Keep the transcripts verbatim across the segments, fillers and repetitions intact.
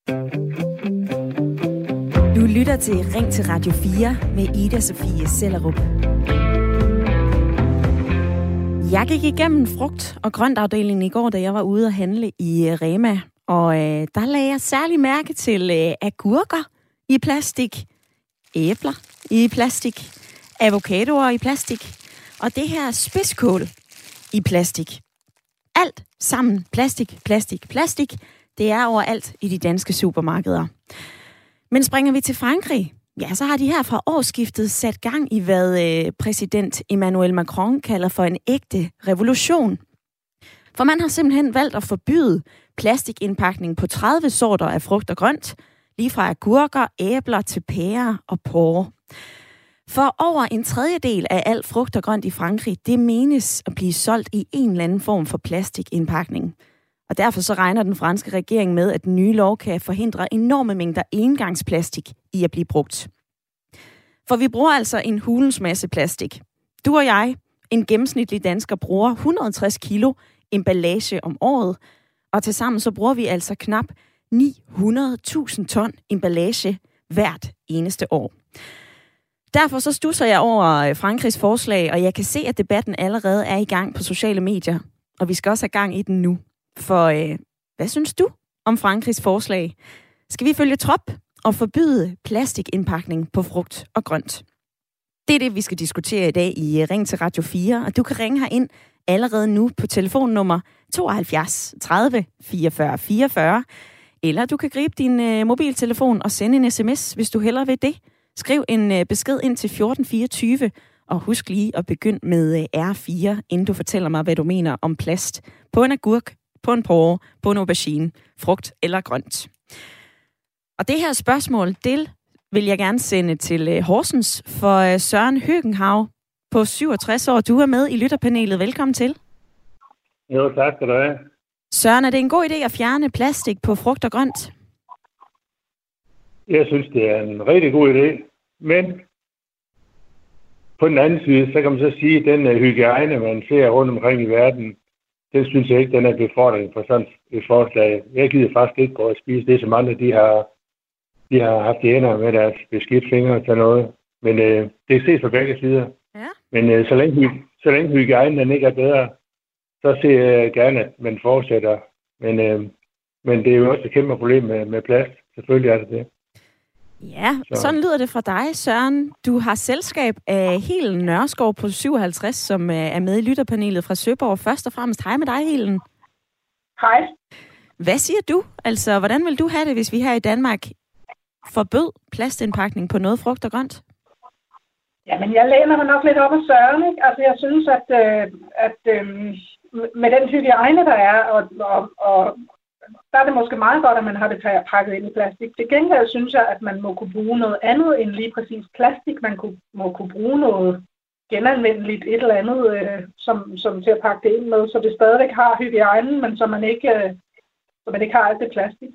Du lytter til Ring til Radio fire med Ida Sofie Sellerup. Jeg gik igennem frugt- og grøntafdelingen i går, da jeg var ude at handle i Rema. Og øh, der lagde jeg særlig mærke til øh, agurker i plastik, æbler i plastik, avocadoer i plastik, og det her spidskål i plastik. Alt sammen plastik, plastik, plastik. Det er overalt i de danske supermarkeder. Men springer vi til Frankrig, ja, så har de her fra årsskiftet sat gang i, hvad øh, præsident Emmanuel Macron kalder for en ægte revolution. For man har simpelthen valgt at forbyde plastikindpakning på tredive sorter af frugt og grønt, lige fra agurker, æbler til pærer og porre. For over en tredjedel af alt frugt og grønt i Frankrig, det menes at blive solgt i en eller anden form for plastikindpakning. Og derfor så regner den franske regering med, at den nye lov kan forhindre enorme mængder engangsplastik i at blive brugt. For vi bruger altså en hulens masse plastik. Du og jeg, en gennemsnitlig dansker, bruger et hundrede og tres kilo emballage om året, og tilsammen så bruger vi altså knap ni hundrede tusind ton emballage hvert eneste år. Derfor så stusser jeg over Frankrigs forslag, og jeg kan se, at debatten allerede er i gang på sociale medier, og vi skal også have gang i den nu. For øh, hvad synes du om Frankrigs forslag? Skal vi følge trop og forbyde plastikindpakning på frugt og grønt? Det er det, vi skal diskutere i dag i Ring til Radio fire, og du kan ringe herind allerede nu på telefonnummer tooghalvfjerds tredive fireogfyrre fireogfyrre, eller du kan gribe din øh, mobiltelefon og sende en sms, hvis du hellere vil det. Skriv en øh, besked ind til fjorten fireogtyve, og husk lige at begynde med øh, R fire, inden du fortæller mig, hvad du mener om plast på en agurk, på en porre, på en aubergine, frugt eller grønt. Og det her spørgsmål, det vil jeg gerne sende til øh, Horsens for øh, Søren Høgenhav på syvogtres år. Du er med i lytterpanelet. Velkommen til. Jo, tak skal du have. Søren, er det en god idé at fjerne plastik på frugt og grønt? Jeg synes, det er en rigtig god idé. Men på den anden side, så kan man så sige, at den uh, hygiejne, man ser rundt omkring i verden, den synes jeg ikke, den er befordring for sådan et forslag. Jeg gider faktisk ikke gå og spise det, som andre de har, de har haft i hænder med deres beskidt fingre til noget. Men uh, det ses på begge sider. Ja. Men uh, så længe, så længe hygiejnen den ikke er bedre, så ser jeg gerne, at man fortsætter. Men, uh, men det er jo også et kæmpe problem med, med plast. Selvfølgelig er det det. Ja, så. Sådan lyder det fra dig, Søren. Du har selskab af Helen Nørskov på syvoghalvtreds, som er med i lytterpanelet fra Søborg. Først og fremmest, hej med dig, Helen. Hej. Hvad siger du? Altså, hvordan vil du have det, hvis vi her i Danmark forbød plastindpakning på noget frugt og grønt? Jamen, jeg læner mig nok lidt op af Søren, ikke? Altså, jeg synes, at, øh, at øh, med den hygiejne, der er, og, og, og der er det måske meget godt, at man har det pakket ind i plastik. Til gengæld synes jeg, at man må kunne bruge noget andet end lige præcis plastik. Man kunne, må kunne bruge noget genanvendeligt, et eller andet, øh, som, som til at pakke det ind med, så det stadigvæk har hygiejnen, men så man ikke, øh, så man ikke har alt det plastik.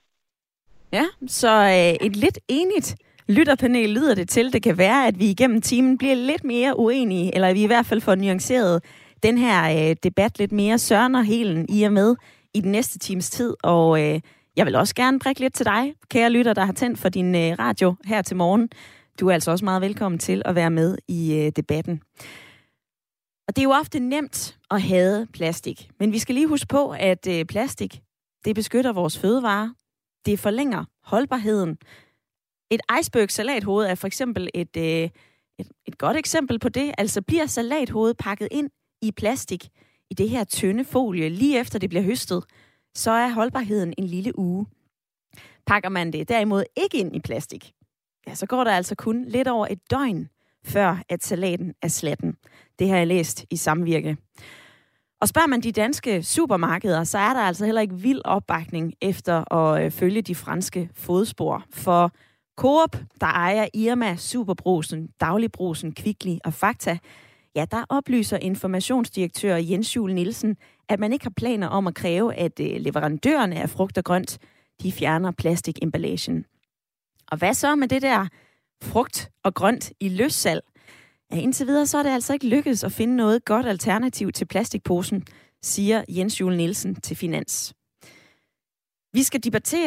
Ja, så øh, et lidt enigt lytterpanel lyder det til. Det kan være, at vi igennem timen bliver lidt mere uenige, eller vi i hvert fald får nuanceret den her øh, debat lidt mere. Søren og Helen, I er med i den næste times tid, og øh, jeg vil også gerne prikke lidt til dig, kære lytter, der har tændt for din øh, radio her til morgen. Du er altså også meget velkommen til at være med i øh, debatten. Og det er jo ofte nemt at hade plastik, men vi skal lige huske på, at øh, plastik, det beskytter vores fødevarer, det forlænger holdbarheden. Et iceberg-salathoved er for eksempel et, øh, et, et godt eksempel på det. Altså bliver salathovedet pakket ind i plastik, i det her tynde folie, lige efter det bliver høstet, så er holdbarheden en lille uge. Pakker man det derimod ikke ind i plastik, ja, så går der altså kun lidt over et døgn, før at salaten er slatten. Det har jeg læst i Samvirke. Og spørger man de danske supermarkeder, så er der altså heller ikke vild opbakning efter at følge de franske fodspor. For Coop, der ejer Irma, Superbrugsen, Dagligbrugsen, Kvickly og Fakta, ja, der oplyser informationsdirektør Jens Juel Nielsen, at man ikke har planer om at kræve, at leverandørerne af frugt og grønt, de fjerner plastikemballagen. Og hvad så med det der frugt og grønt i løssalg? Ja, indtil videre så er det altså ikke lykkedes at finde noget godt alternativ til plastikposen, siger Jens Juel Nielsen til Finans. Vi skal debattere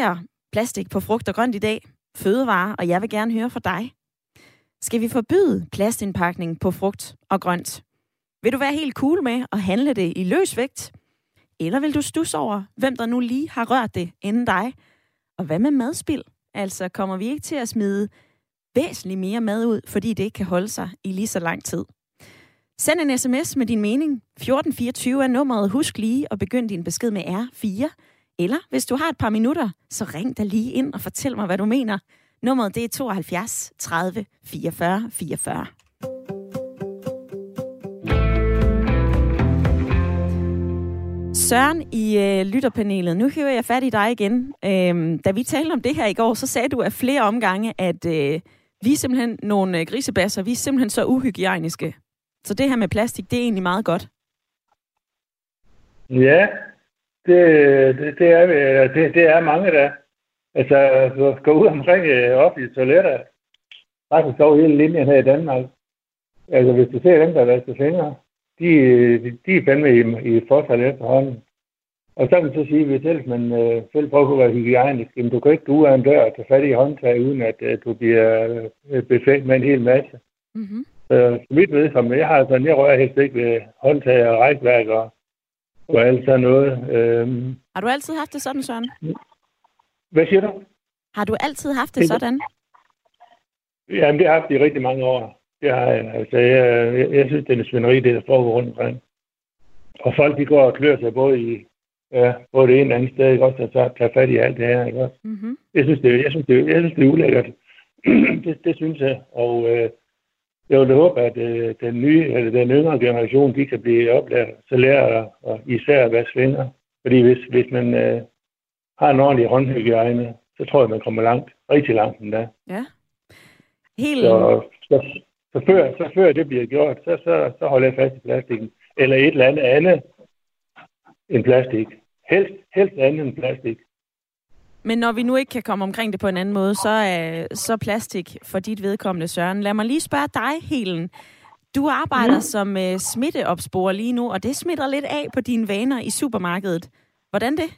plastik på frugt og grønt i dag, fødevarer, og jeg vil gerne høre fra dig. Skal vi forbyde plastindpakning på frugt og grønt? Vil du være helt cool med at handle det i løs vægt? Eller vil du stusse over, hvem der nu lige har rørt det inden dig? Og hvad med madspild? Altså, kommer vi ikke til at smide væsentligt mere mad ud, fordi det ikke kan holde sig i lige så lang tid? Send en sms med din mening. fjorten fireogtyve er nummeret. Husk lige at begynde din besked med R fire. Eller hvis du har et par minutter, så ring da lige ind og fortæl mig, hvad du mener. Nummeret det er tooghalvfjerds tredive fireogfyrre fireogfyrre. Søren i øh, lytterpanelet, nu hører jeg fat i dig igen. Øhm, da vi talte om det her i går, så sagde du af flere omgange, at øh, vi er simpelthen nogle øh, grisebasser, vi er simpelthen så uhygiejniske. Så det her med plastik, det er egentlig meget godt. Ja, det, det, det, er, det, det er mange, der altså, gå ud omkring øh, offentlige toiletter. Faktisk over hele linjen her i Danmark. Altså, hvis du ser dem, der vasker fingre, de, de, de er fandme i, i fortal efterhånden. Og så kan man så sige, hvis ellers man øh, selv prøver at være hygiejnisk, men du kan ikke gå ud af en dør og tage fat i håndtag, uden at øh, du bliver øh, befængt med en hel masse. Mm-hmm. Så mit vedkommende, jeg har altså, jeg rører helst ikke ved håndtag og rækværk og, og alt sådan noget. Øhm. Har du altid haft det sådan, Søren? Hvad siger du? Har du altid haft det sådan? Jamen, det har jeg haft i rigtig mange år. Det har jeg. Altså, jeg, jeg, jeg synes, det er svineri, det der foregår rundt omkring. Og folk, de går og klør sig både i ja, både det ene og andet sted, ikke også, at tage, tage fat i alt det her, ikke også? Mm-hmm. Jeg synes, det, jeg synes, det, jeg synes, det er ulækkert. det, det synes jeg. Og øh, jeg vil håbe, at øh, den nye, eller den yngre generation, de kan blive oplært, så lærer og især at vaske fingre. Fordi hvis, hvis man øh, har en ordentlig håndhygiejne, så tror jeg, man kommer langt, rigtig langt endda. Ja. Helt... Så, så, så, før, så før det bliver gjort, så, så, så holder jeg fast i plastikken. Eller et eller andet andet end plastik. Helst, helst andet end plastik. Men når vi nu ikke kan komme omkring det på en anden måde, så er så plastik for dit vedkommende, Søren. Lad mig lige spørge dig, Helen. Du arbejder mm. som uh, smitteopsporer lige nu, og det smitter lidt af på dine vaner i supermarkedet. Hvordan det?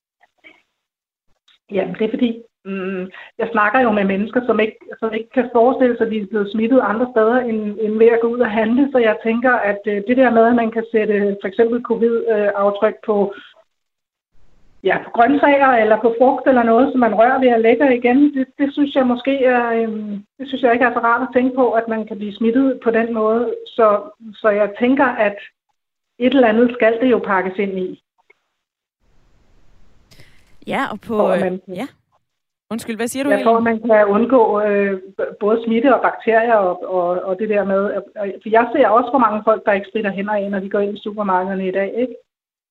Jamen, det er fordi, mm, jeg snakker jo med mennesker, som ikke, som ikke kan forestille sig, at de er blevet smittet andre steder, end, end ved at gå ud og handle. Så jeg tænker, at uh, det der med, at man kan sætte for eksempel covid-aftryk på, ja, på grøntsager eller på frugt eller noget, som man rører ved at lægge igen, det, det synes jeg måske er, um, det synes jeg ikke er så rart at tænke på, at man kan blive smittet på den måde. Så, så jeg tænker, at et eller andet skal det jo pakkes ind i. Ja, og på... Og man, ja. Undskyld, hvad siger du? Jeg tror, at man kan undgå øh, både smitte og bakterier og, og, og det der med... Og, for jeg ser også, hvor mange folk, der ikke spritter hænder af, når de går ind i supermarkederne i dag, ikke?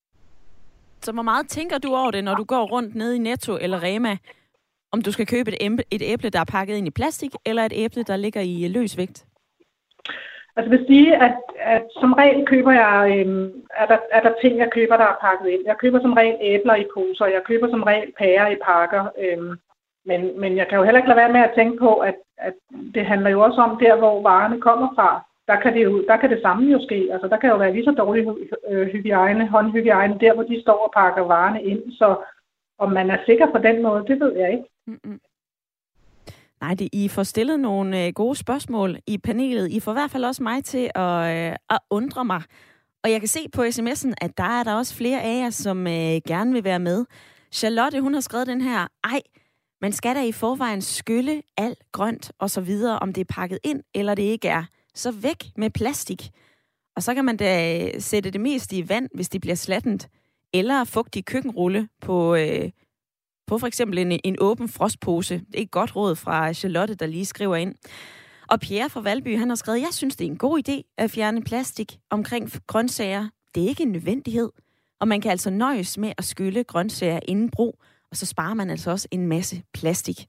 Så hvor meget tænker du over det, når du går rundt nede i Netto eller Rema, om du skal købe et æble, et æble, der er pakket ind i plastik, eller et æble, der ligger i løs vægt? Altså jeg vil sige, at, at som regel køber jeg, øh, er, der, er der ting, jeg køber, der er pakket ind. Jeg køber som regel æbler i poser, jeg køber som regel pærer i pakker. Øh, men, men jeg kan jo heller ikke lade være med at tænke på, at, at det handler jo også om der, hvor varerne kommer fra. Der kan, det jo, der kan det samme jo ske. Altså der kan jo være lige så dårlig øh, hygiejne, håndhygiejne, der hvor de står og pakker varerne ind. Så om man er sikker på den måde, det ved jeg ikke. Mm-mm. Nej, det, I får stillet nogle øh, gode spørgsmål i panelet. I får i hvert fald også mig til at, øh, at undre mig. Og jeg kan se på sms'en, at der er der også flere af jer, som øh, gerne vil være med. Charlotte, hun har skrevet den her, ej, man skal da i forvejen skylle alt grønt og så videre, om det er pakket ind, eller det ikke er. Så væk med plastik. Og så kan man da sætte det meste i vand, hvis det bliver slattent. Eller fugtig køkkenrulle på... Øh, På for eksempel en, en åben frostpose. Det er et godt råd fra Charlotte, der lige skriver ind. Og Pierre fra Valby, han har skrevet, jeg synes, det er en god idé at fjerne plastik omkring grøntsager. Det er ikke en nødvendighed. Og man kan altså nøjes med at skylle grøntsager inden brug, og så sparer man altså også en masse plastik.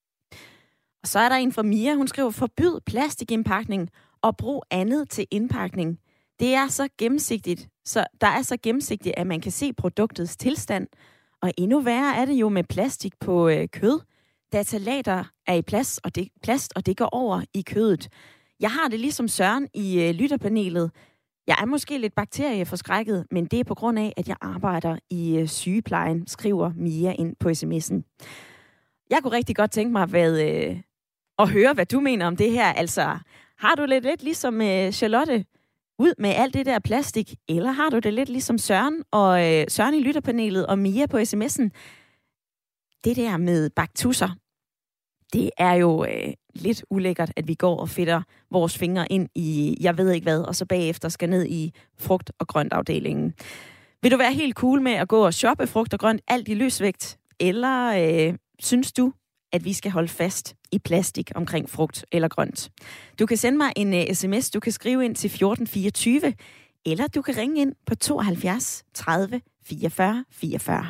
Og så er der en fra Mia, hun skriver, forbyd plastikindpakning og brug andet til indpakning. Det er så gennemsigtigt, så der er så gennemsigtigt, at man kan se produktets tilstand. Og endnu værre er det jo med plastik på øh, kød. Datalater er i plast og, det, plast, og det går over i kødet. Jeg har det ligesom Søren i øh, lytterpanelet. Jeg er måske lidt bakterieforskrækket, men det er på grund af, at jeg arbejder i øh, sygeplejen, skriver Mia ind på sms'en. Jeg kunne rigtig godt tænke mig hvad, øh, at høre, hvad du mener om det her. Altså, har du lidt, lidt ligesom øh, Charlotte ud med alt det der plastik, eller har du det lidt ligesom Søren og øh, Søren i lytterpanelet og Mia på sms'en? Det der med baktusser, det er jo øh, lidt ulækkert, at vi går og fedter vores fingre ind i, jeg ved ikke hvad, og så bagefter skal ned i frugt- og grøntafdelingen. Vil du være helt cool med at gå og shoppe frugt og grønt alt i løsvægt, eller øh, synes du, at vi skal holde fast i plastik omkring frugt eller grønt? Du kan sende mig en uh, sms, du kan skrive ind til fjorten fireogtyve, eller du kan ringe ind på tooghalvfjerds tredive fireogfyrre fireogfyrre.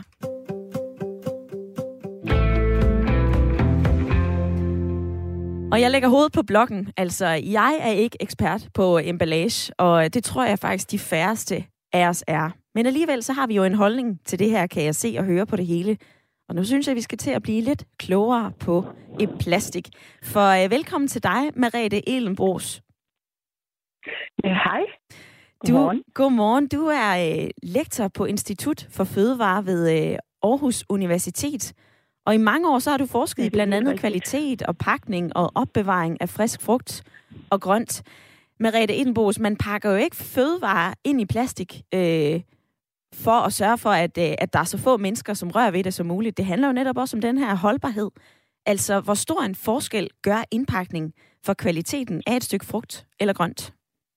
Og jeg lægger hovedet på blokken. Altså, jeg er ikke ekspert på emballage, og det tror jeg faktisk de færreste af os er. Men alligevel så har vi jo en holdning til det her, kan jeg se og høre på det hele. Og nu synes jeg, vi skal til at blive lidt klogere på et plastik. For uh, velkommen til dig, Merete Elenbros. Ja, hej. Godmorgen. Du, godmorgen. Du er uh, lektor på Institut for Fødevare ved uh, Aarhus Universitet. Og i mange år så har du forsket i blandt andet kvalitet og pakning og opbevaring af frisk frugt og grønt. Merete Elenbros, man pakker jo ikke fødevarer ind i plastik øh, for at sørge for, at, øh, at der er så få mennesker, som rører ved det som muligt. Det handler jo netop også om den her holdbarhed. Altså, hvor stor en forskel gør indpakning for kvaliteten af et stykke frugt eller grønt?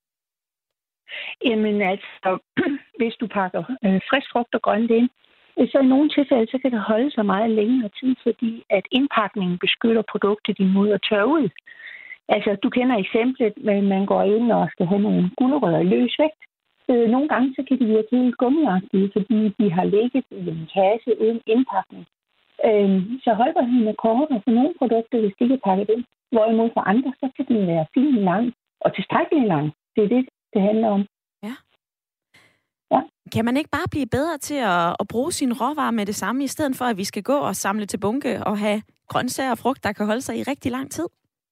Jamen altså, hvis du pakker øh, frisk frugt og grønt ind, så i nogle tilfælde, så kan det holde sig meget længere tid, fordi at indpakningen beskytter produktet imod at tørre ud. Altså, du kender eksemplet, at man går ind og skal have nogle gulerødder i løs vægt. Øh, nogle gange, så kan de virke helt gummiagtige, fordi de har ligget i en kasse uden indpakning. Øh, så holdbarheden er kortere for nogle produkter, hvis de ikke er pakket ind. Hvorimod for andre, så kan den være fin lang og tilstrækkelig lang. Det er det, det handler om. Ja. Ja. Kan man ikke bare blive bedre til at, at bruge sine råvarer med det samme, i stedet for at vi skal gå og samle til bunke og have grøntsager og frugt, der kan holde sig i rigtig lang tid?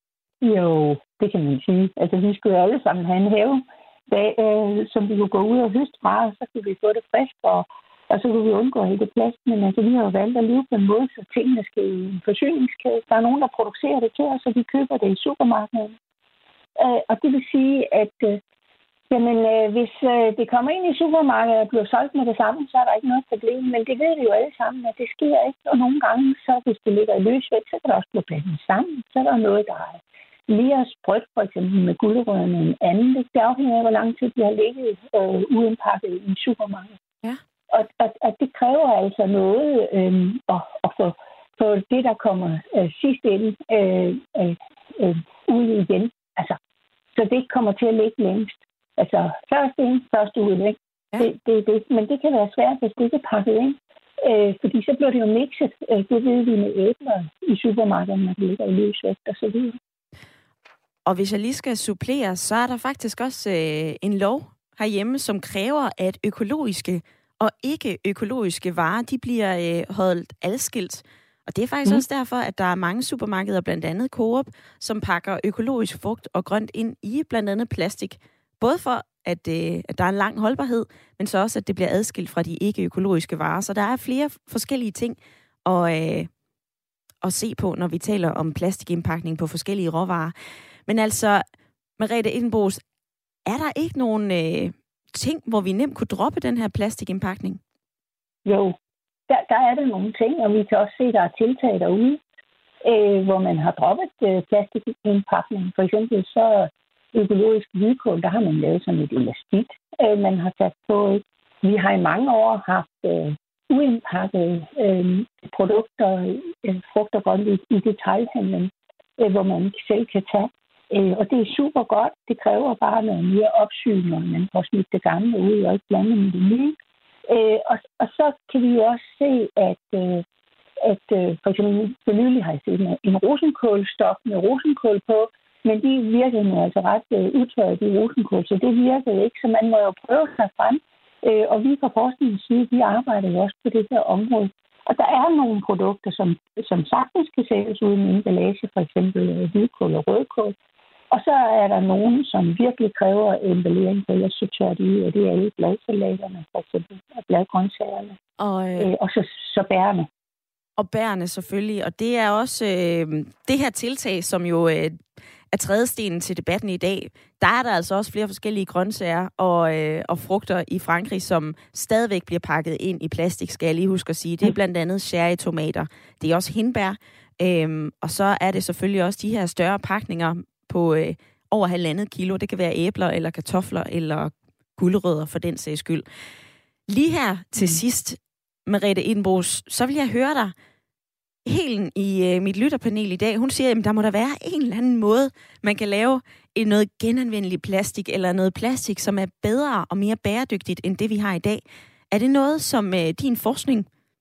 Jo, det kan man sige. Altså, vi skulle alle sammen have en have, der, øh, som vi kunne gå ud og høste fra, og så kunne vi få det frisk, og, og så kunne vi undgå alt det plast. Men altså, vi har jo valgt at leve på en måde, så tingene skal i en forsyningskæde. Der er nogen, der producerer det til os, og vi køber det i supermarkedet. Øh, og det vil sige, at øh, jamen, øh, hvis øh, det kommer ind i supermarkedet og bliver solgt med det samme, så er der ikke noget problem. Men det ved vi jo alle sammen, at det sker ikke. Og nogle gange, så hvis det ligger i løsvægt, så kan det også blive blandet sammen. Så er der noget, der er mere sprødt, for eksempel med gulerødderne end anden. Det afhænger af, hvor lang tid de har ligget øh, uindpakket i en supermarked. Ja. Og, og, og det kræver altså noget øh, at, at få, få det, der kommer øh, sidst ind, øh, øh, øh, ud igen. Altså, så det ikke kommer til at ligge længst. Altså, først ind, først ud, ikke? Ja. Det, det, det. Men det kan være svært, hvis det ikke er pakket ind. Øh, fordi så bliver det jo mixet. Øh, det ved vi med æbler i supermarkedet, når det ligger i løsvægt og så videre. Og hvis jeg lige skal supplere, så er der faktisk også øh, en lov herhjemme, som kræver, at økologiske og ikke-økologiske varer, de bliver øh, holdt adskilt. Og det er faktisk mm. også derfor, at der er mange supermarkeder, blandt andet Coop, som pakker økologisk frugt og grønt ind i blandt andet plastik. Både for, at, øh, at der er en lang holdbarhed, men så også, at det bliver adskilt fra de ikke-økologiske varer. Så der er flere forskellige ting at, øh, at se på, når vi taler om plastikindpakning på forskellige råvarer. Men altså, Merete Elenbros, er der ikke nogen øh, ting, hvor vi nemt kunne droppe den her plastikindpakning? Jo, der, der er der nogle ting, og vi kan også se, at der er tiltag derude, øh, hvor man har droppet øh, plastikindpakning. For eksempel så økologisk hvidkål, der har man lavet sådan et elastik, øh, man har sat på. Vi har i mange år haft øh, uindpakkede øh, produkter, øh, frugt og grønt i, i detailhandlen, øh, hvor man selv kan tage. Øh, og det er super godt. Det kræver bare noget mere opsyn, når man får smidt det gamle ud og ikke blande med det nye. Øh, og, og så kan vi jo også se, at, øh, at øh, for eksempel for nylig har jeg set en, en rosenkålstok med rosenkål på, men de virkede nu altså ret øh, utørret, de rosenkål, så det virkede ikke, så man må jo prøve sig frem. Øh, og vi fra forskningens side, vi arbejder jo også på det her område. Og der er nogle produkter, som, som sagtens kan sælges uden emballage, for eksempel øh, hvidkål og rødkål. Og så er der nogen, som virkelig kræver emballering, for ellers så tør de ud, og det er alle bladsalaterne, for eksempel, og bladgrøntsagerne, og, øh... øh, og så, så bærerne. Og bærene selvfølgelig, og det er også øh, det her tiltag, som jo øh, er trædestenen til debatten i dag. Der er der altså også flere forskellige grøntsager og, øh, og frugter i Frankrig, som stadigvæk bliver pakket ind i plastik, skal jeg lige huske at sige. Det er blandt andet cherrytomater, det er også hindbær, øh, og så er det selvfølgelig også de her større pakninger på øh, over halvandet kilo. Det kan være æbler eller kartofler eller gulerødder for den sags skyld. Lige her til mm. sidst, Merete Edenbros, så vil jeg høre dig. Helen i øh, mit lytterpanel i dag, hun siger, at der må der være en eller anden måde, man kan lave en noget genanvendelig plastik, eller noget plastik, som er bedre og mere bæredygtigt, end det vi har i dag. Er det noget, som øh, din forskning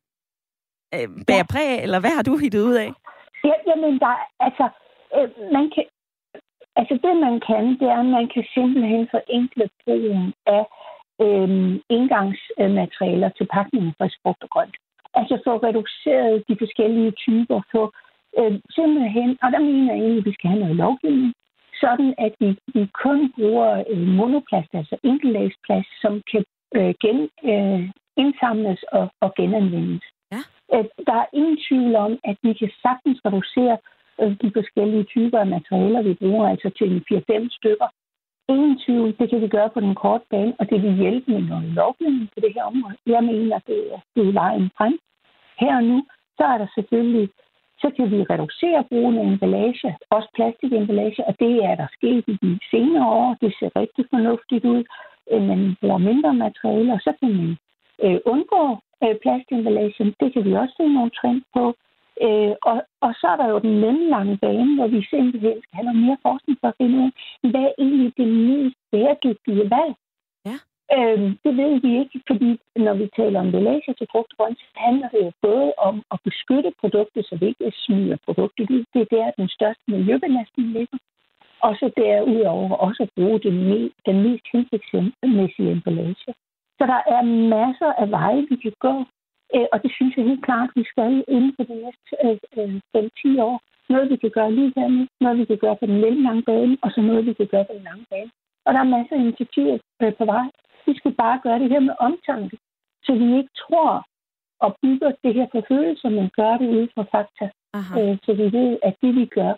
øh, bærer præg af, eller hvad har du hittet ud af? Ja, jamen, der, altså, øh, man kan, altså, det man kan, det er, at man kan simpelthen forenkle brugen af øh, indgangsmaterialer til pakningen for frugt og grønt. Altså få reduceret de forskellige typer, få øh, simpelthen, og der mener jeg egentlig, at vi skal have noget lovgivning, sådan at vi, vi kun bruger øh, monoplast, altså enkeltlagsplast, som kan øh, gen, øh, indsamles og, og genanvendes. Ja. Øh, der er ingen tvivl om, at vi kan sagtens reducere øh, de forskellige typer af materialer, vi bruger, altså til fire fem stykker. Ingen tvivl, det kan vi gøre på den korte bane, og det vil hjælpe med noget lovgivning på det her område. Jeg mener, at det er, det er vejen frem. Her og nu, så er der selvfølgelig, så kan vi reducere brugen af emballage, også plastikemballage, og det er der sket i de senere år. Det ser rigtig fornuftigt ud. Man bruger mindre materialer, så kan man øh, undgå øh, plastikemballagen. Det kan vi også se nogle trend på. Øh, og, og så er der jo den mellemlange bane, hvor vi simpelthen skal have noget mere forskning for at finde ud af, hvad er egentlig det mest bæredygtige valg? Ja. Øh, det ved vi ikke, fordi når vi taler om emballage til frugt og grønt, så handler det jo både om at beskytte produktet, så vi ikke smider produktet ud. Det er der, den største miljøbelastning ligger. Og så derudover også at bruge det me- den mest hensigtsmæssige emballage. Så der er masser af veje, vi kan gå. Og det synes jeg helt klart, at vi skal inden for de næste fem til ti år. Noget, vi kan gøre lige her, noget, vi kan gøre på den mellemlange bane, og så noget, vi kan gøre på den lange bane. Og der er masser af initiativer på vej. Vi skal bare gøre det her med omtanke, så vi ikke tror og bygger det her på følelser, men gør det ud fra fakta. Aha. Så vi ved, at det, vi gør,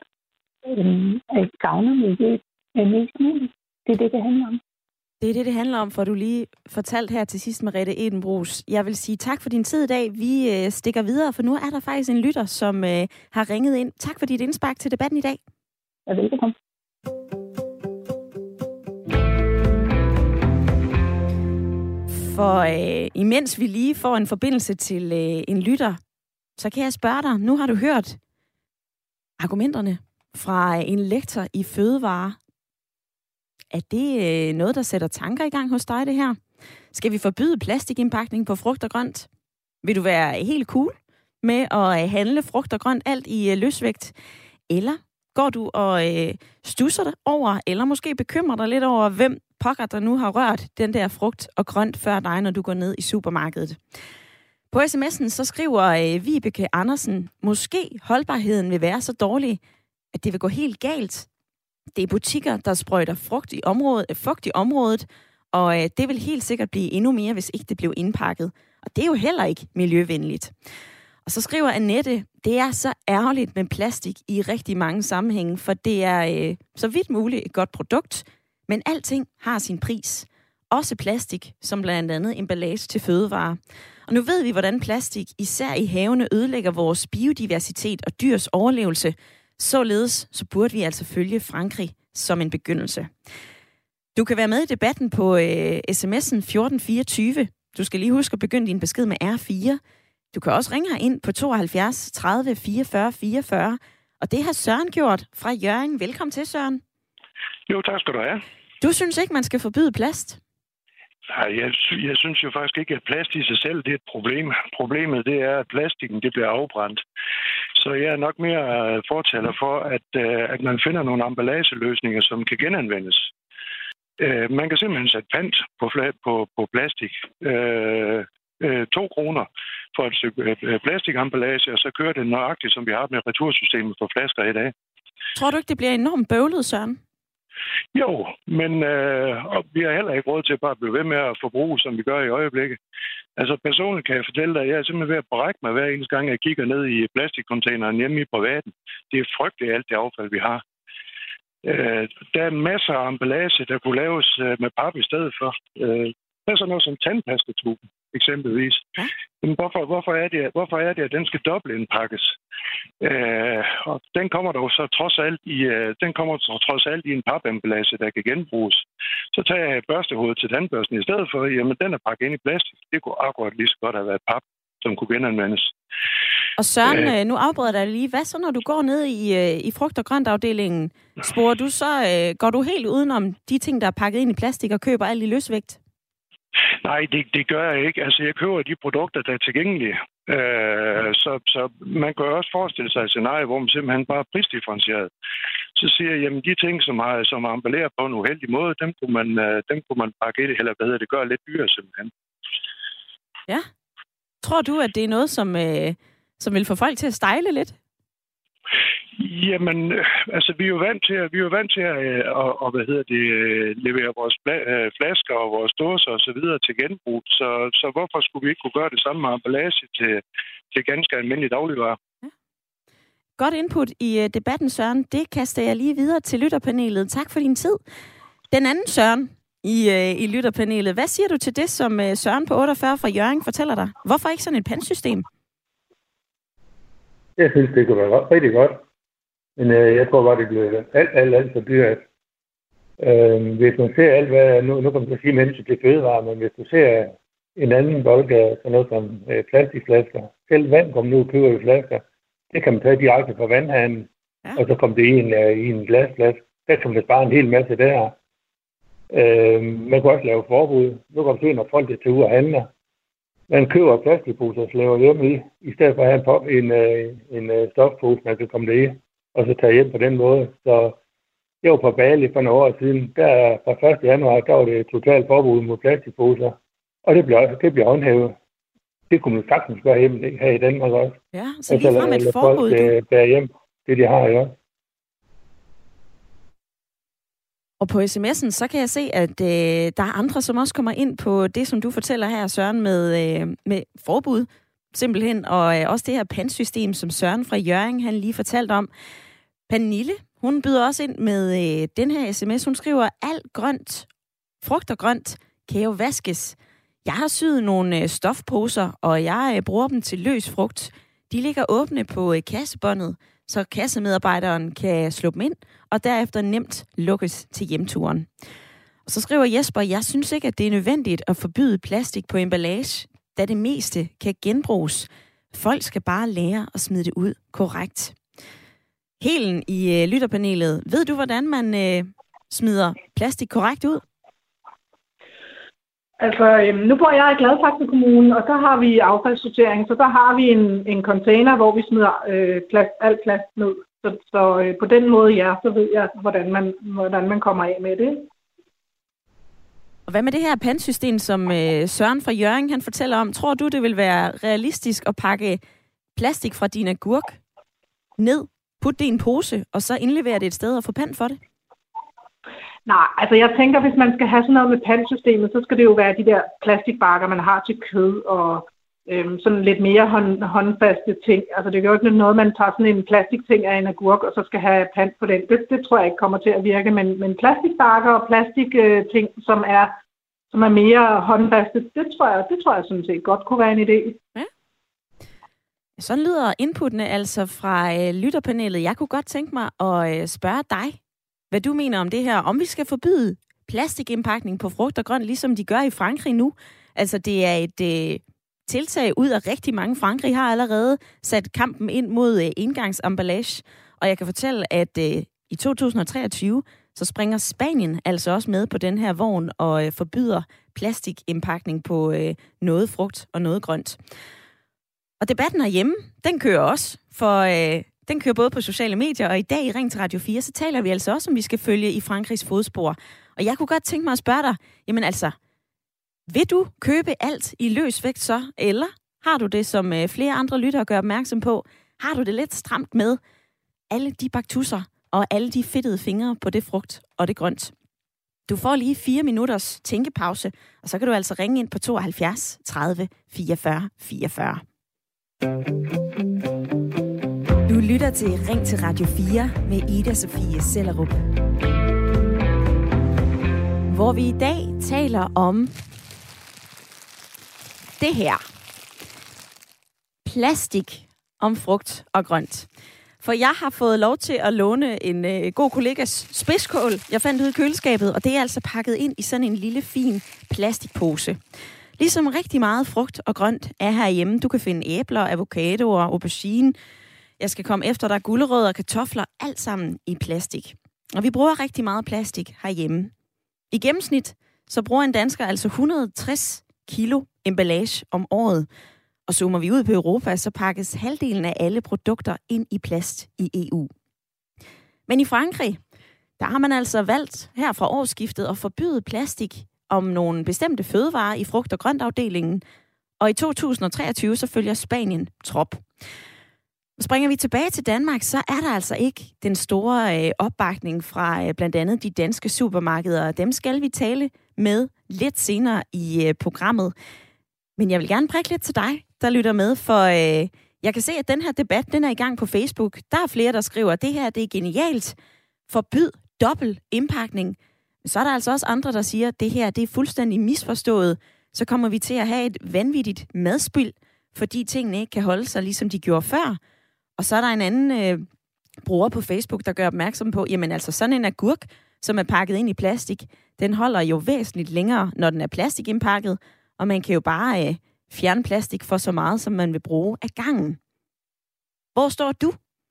gavner miljøet mest muligt. Det er det, det handler om. Det er det, det handler om, for du lige fortalt her til sidst, Merete Edenbros. Jeg vil sige tak for din tid i dag. Vi øh, stikker videre, for nu er der faktisk en lytter, som øh, har ringet ind. Tak for dit indspark til debatten i dag. Ja, velkommen. For øh, imens vi lige får en forbindelse til øh, en lytter, så kan jeg spørge dig. Nu har du hørt argumenterne fra en lektor i fødevare. Er det noget, der sætter tanker i gang hos dig, det her? Skal vi forbyde plastikindpakning på frugt og grønt? Vil du være helt cool med at handle frugt og grønt alt i løsvægt? Eller går du og stusser dig over, eller måske bekymrer dig lidt over, hvem pokker der nu har rørt den der frugt og grønt før dig, når du går ned i supermarkedet? På sms'en så skriver Vibeke Andersen, måske holdbarheden vil være så dårlig, at det vil gå helt galt. Det er butikker, der sprøjter frugt i området, fugt i området, og øh, det vil helt sikkert blive endnu mere, hvis ikke det blev indpakket. Og det er jo heller ikke miljøvenligt. Og så skriver Annette, det er så ærgerligt med plastik i rigtig mange sammenhænge, for det er øh, så vidt muligt et godt produkt, men alting har sin pris. Også plastik, som blandt andet emballage til fødevarer. Og nu ved vi, hvordan plastik, især i havene, ødelægger vores biodiversitet og dyrs overlevelse. Således så burde vi altså følge Frankrig som en begyndelse. Du kan være med i debatten på øh, sms'en fjorten fireogtyve. Du skal lige huske at begynde din besked med R fire. Du kan også ringe ind på tooghalvfjerds tredive fireogfyrre fireogfyrre. Og det har Søren gjort fra Hjørring. Velkommen til, Søren. Jo, tak skal du have. Du synes ikke, man skal forbyde plast? Nej, jeg, sy- jeg synes jo faktisk ikke, at plast i sig selv det er et problem. Problemet det er, at plastikken det bliver afbrændt. Så jeg er nok mere fortaler for, at, at man finder nogle emballageløsninger, som kan genanvendes. Man kan simpelthen sætte pant på, på, på plastik. Øh, øh, to kroner for et stykke plastikemballage, og så kører det nøjagtigt, som vi har med retursystemet for flasker i dag. Tror du ikke, det bliver enormt bøvlet, Søren? Jo, men øh, og vi har heller ikke råd til bare at blive ved med at forbruge, som vi gør i øjeblikket. Altså personligt kan jeg fortælle dig, at jeg er simpelthen ved at brække mig hver eneste gang, jeg kigger ned i plastikcontaineren hjemme i privaten. Det er frygteligt alt det affald, vi har. Øh, der er masser af emballage, der kunne laves øh, med pap i stedet for. Øh, der er sådan noget som tandpastatuben, eksempelvis. Ja. Men hvorfor, hvorfor, er det, hvorfor er det, at den skal dobbeltindpakkes? Øh, og den kommer dog så trods alt i, øh, den kommer så trods alt i en papemballage, der kan genbruges. Så tager jeg børstehovedet til tandbørsten i stedet for, jamen den er pakket ind i plastik. Det kunne akkurat lige så godt have været pap, som kunne genanvendes. Og Søren, øh, nu afbryder jeg dig lige. Hvad så, når du går ned i, øh, i frugt- og grøntafdelingen? Sporer du så, øh, går du helt udenom de ting, der er pakket ind i plastik og køber alt i løsvægt? Nej, det, det gør jeg ikke. Altså, jeg køber de produkter, der er tilgængelige. Øh, så, så man kan jo også forestille sig et scenarie, hvor man simpelthen bare er prisdifferentieret. Så siger jeg, jamen de ting, som har, som har emballeret på en uheldig måde, dem kunne man, øh, dem kunne man pakke i det, eller hvad det gør lidt dyrere simpelthen. Ja. Tror du, at det er noget, som, øh, som vil få folk til at stejle lidt? Jamen, altså, vi er jo vant til at, vi er jo vant til at, at, at hvad hedder det, levere vores flasker og vores dåser og så videre til genbrug. Så, så hvorfor skulle vi ikke kunne gøre det samme med emballage til, til ganske almindelige dagligvarer? Ja. Godt input i debatten, Søren. Det kaster jeg lige videre til lytterpanelet. Tak for din tid. Den anden Søren i, i lytterpanelet. Hvad siger du til det, som Søren på otteogfyrre fra Hjørring fortæller dig? Hvorfor ikke sådan et pantsystem? Jeg synes, det kunne være rigtig godt. Men øh, jeg tror bare, det bliver alt, alt, alt for dyrt. Øh, hvis man ser alt, hvad... Nu, nu kan man så sige mennesker til fødevarer, men hvis du ser en anden bold af sådan noget som øh, plastikflasker, selv vand kommer nu og køber i flasker, det kan man tage direkte fra vandhanen, ja. Og så kommer det i en, uh, i en glasflaske. Der kan man spare en hel masse der. Øh, man kan også lave forbud. Nu kan man se, når folk er til ude og handler. Man køber plastikposer og slæver hjemme i, i stedet for at have en, pop, en, en, en stofpose, man kan komme det i, og så tage hjem på den måde. Så jeg var på Bali for nogle år siden. Der fra første januar, der var det et totalt forbud mod plastikposer. Og det bliver, det bliver håndhævet. Det kunne man sagtens gøre hjemme her i Danmark også. Ja, så lige frem et forbud, folk, du... hjem, det de har, ja. Og på sms'en, så kan jeg se, at øh, der er andre, som også kommer ind på det, som du fortæller her, Søren, med, øh, med forbud, simpelthen. Og øh, også det her pantsystem, som Søren fra Hjørring, han lige fortalte om. Pernille, hun byder også ind med øh, den her sms. Hun skriver, alt grønt, frugt og grønt, kan jo vaskes. Jeg har syet nogle øh, stofposer, og jeg øh, bruger dem til løs frugt. De ligger åbne på øh, kassebåndet, så kassemedarbejderen kan slå dem ind, og derefter nemt lukkes til hjemturen. Og så skriver Jesper, jeg synes ikke, at det er nødvendigt at forbyde plastik på emballage, da det meste kan genbruges. Folk skal bare lære at smide det ud korrekt. Helen i øh, lytterpanelet, ved du, hvordan man øh, smider plastik korrekt ud? Altså, øhm, nu bor jeg i Gladsaxe Kommune, og så har vi affaldssortering, så der har vi en, en container, hvor vi smider øh, plast, alt plast ned. Så, så øh, på den måde, ja, så ved jeg, hvordan man, hvordan man kommer af med det. Og hvad med det her pantsystem, som øh, Søren fra Hjørring han fortæller om? Tror du, det vil være realistisk at pakke plastik fra din agurk ned, putte det i en pose, og så indlevere det et sted og få pant for det? Nej, altså jeg tænker, hvis man skal have sådan noget med pantsystemet, så skal det jo være de der plastikbakker, man har til kød og øhm, sådan lidt mere hånd, håndfaste ting. Altså det er jo ikke noget, man tager sådan en plastikting af en agurk, og så skal have pant på den. Det, det tror jeg ikke kommer til at virke, men, men plastikbakker og plastikting, øh, som er som er mere håndfaste, det tror jeg, det tror jeg sådan set godt kunne være en idé. Ja. Sådan lyder inputtene altså fra øh, lytterpanelet. Jeg kunne godt tænke mig at øh, spørge dig, hvad du mener om det her. Om vi skal forbyde plastikindpakning på frugt og grønt, ligesom de gør i Frankrig nu. Altså, det er et øh, tiltag ud af rigtig mange. Frankrig har allerede sat kampen ind mod øh, engangsemballage. Og jeg kan fortælle, at øh, i to tusind og treogtyve, så springer Spanien altså også med på den her vogn og øh, forbyder plastikindpakning på øh, noget frugt og noget grønt. Og debatten herhjemme, den kører også, for øh, den kører både på sociale medier, og i dag i Ring til Radio fire, så taler vi altså også, om vi skal følge i Frankrigs fodspor. Og jeg kunne godt tænke mig at spørge dig, jamen altså, vil du købe alt i løs vægt så, eller har du det, som øh, flere andre lyttere gør opmærksom på, har du det lidt stramt med alle de baktusser og alle de fedtede fingre på det frugt og det grønt. Du får lige fire minutters tænkepause, og så kan du altså ringe ind på tooghalvfjerds tredive fireogfyrre fireogfyrre. Du lytter til Ring til Radio fire med Ida Sofie Sellerup. Hvor vi i dag taler om det her. Plastik om frugt og grønt. For jeg har fået lov til at låne en øh, god kollegas spidskål, jeg fandt ud i køleskabet, og det er altså pakket ind i sådan en lille, fin plastikpose. Ligesom rigtig meget frugt og grønt er herhjemme. Du kan finde æbler, avocadoer, aubergine. Jeg skal komme efter dig, gulerødder og kartofler, alt sammen i plastik. Og vi bruger rigtig meget plastik herhjemme. I gennemsnit så bruger en dansker altså et hundrede og tres kilo emballage om året. Og zoomer vi ud på Europa, så pakkes halvdelen af alle produkter ind i plast i E U. Men i Frankrig, der har man altså valgt her fra årsskiftet at forbyde plastik om nogle bestemte fødevarer i frugt- og grøntafdelingen. Og i to tusind og treogtyve så følger Spanien trop. Springer vi tilbage til Danmark, så er der altså ikke den store øh, opbakning fra øh, blandt andet de danske supermarkeder. Dem skal vi tale med lidt senere i øh, programmet. Men jeg vil gerne prikke lidt til dig, der lytter med, for øh, jeg kan se, at den her debat, den er i gang på Facebook. Der er flere, der skriver, at det her det er genialt. Forbyd dobbelt indpakning. Så er der altså også andre, der siger, at det her det er fuldstændig misforstået. Så kommer vi til at have et vanvittigt madspild, fordi tingene ikke kan holde sig, ligesom de gjorde før. Og så er der en anden øh, bruger på Facebook, der gør opmærksom på, jamen altså sådan en agurk, som er pakket ind i plastik, den holder jo væsentligt længere, når den er plastikindpakket, og man kan jo bare øh, fjerne plastik for så meget, som man vil bruge af gangen. Hvor står du?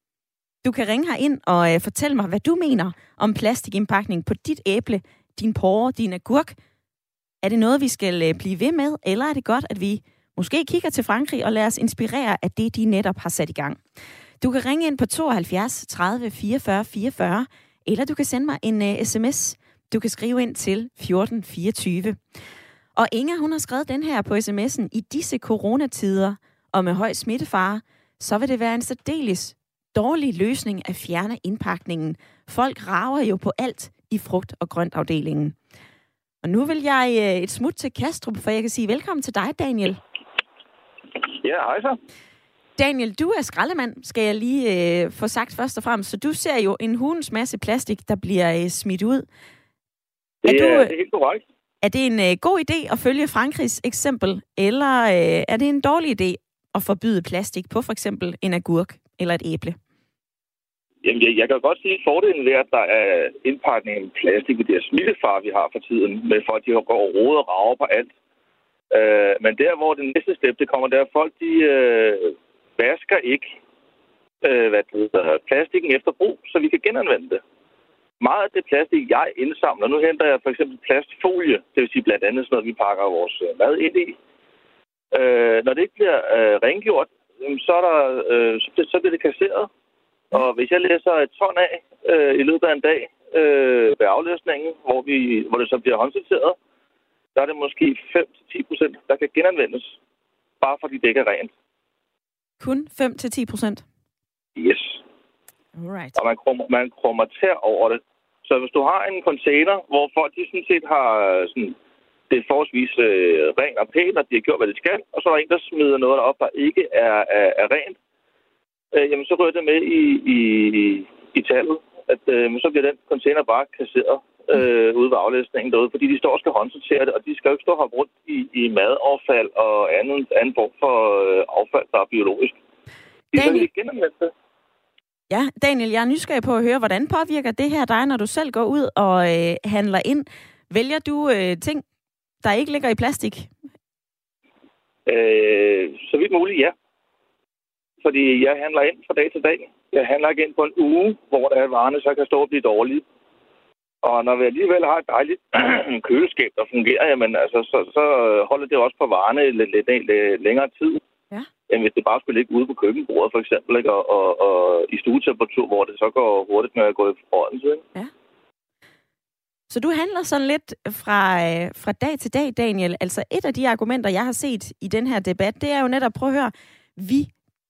Du kan ringe herind og øh, fortælle mig, hvad du mener om plastikindpakning på dit æble, din porre, din agurk. Er det noget, vi skal øh, blive ved med, eller er det godt, at vi måske kigger til Frankrig og lader os inspirere af det, de netop har sat i gang? Du kan ringe ind på tooghalvfjerds tredive fireogfyrre fireogfyrre, eller du kan sende mig en uh, sms. Du kan skrive ind til fjorten fireogtyve. Og Inger, hun har skrevet den her på sms'en: i disse coronatider og med høj smittefare, så vil det være en særdeles dårlig løsning at fjerne indpakningen. Folk rager jo på alt i frugt- og grøntafdelingen. Og nu vil jeg uh, et smut til Kastrup, for jeg kan sige velkommen til dig, Daniel. Ja, hej så. Daniel, du er skraldemand, skal jeg lige øh, få sagt først og fremmest. Så du ser jo en hulens masse plastik, der bliver øh, smidt ud. Det er, er, du, det er helt korrekt. Er det en øh, god idé at følge Frankrigs eksempel, eller øh, er det en dårlig idé at forbyde plastik på for eksempel en agurk eller et æble? Jamen, jeg, jeg kan godt sige, at fordelen ved, at der er indpakning af plastik ved det her smittefare, vi har for tiden, med folk, de går og roder og rager på alt. Uh, men der, hvor det næste step, det kommer, der er folk, de uh, vasker ikke uh, hvad det hedder, plastikken efter brug, så vi kan genanvende det. Meget af det plastik, jeg indsamler, nu henter jeg for eksempel plastfolie, det vil sige blandt andet sådan noget, vi pakker vores uh, mad ind i. Uh, når det ikke bliver uh, rengjort, så, er der, uh, så, så bliver det kasseret. Og hvis jeg læser et ton af uh, i løbet af en dag uh, ved aflæsningen, hvor, vi, hvor det så bliver håndsorteret, der er det måske fem til ti procent, der kan genanvendes, bare fordi det ikke er rent. Kun fem til ti procent? Yes. Alright. Og man krummer, man krummer tær over det. Så hvis du har en container, hvor folk de sådan set har sådan, det er forholdsvis øh, rent og pænt, og de har gjort, hvad de skal, og så er der en, der smider noget op, der ikke er, er, er rent, øh, jamen så rører det med i, i, i tallet, at øh, så bliver den container bare kasseret Øh, ude ved aflæsningen derude, fordi de står og skal håndsortere det, og de skal jo ikke stå og hoppe rundt i, i madaffald og anden, anden form for øh, affald, der er biologisk. De Daniel, det. Ja, Daniel, jeg er nysgerrig på at høre, hvordan påvirker det her dig, når du selv går ud og øh, handler ind? Vælger du øh, ting, der ikke ligger i plastik? Øh, så vidt muligt, ja. Fordi jeg handler ind fra dag til dag. Jeg handler ikke ind på en uge, hvor der er varerne så kan stå og blive dårlige. Og når vi alligevel har et dejligt køleskab, der fungerer, jamen, altså, så, så holder det også på varerne lidt, lidt, lidt, lidt længere tid, ja, end hvis det bare skulle ligge ude på køkkenbordet, for eksempel, ikke? Og, og, og i stuetemperatur, hvor det så går hurtigt med at gå i forrådelse. Ja. Så du handler sådan lidt fra, fra dag til dag, Daniel. Altså et af de argumenter, jeg har set i den her debat, det er jo netop, prøv at høre, vi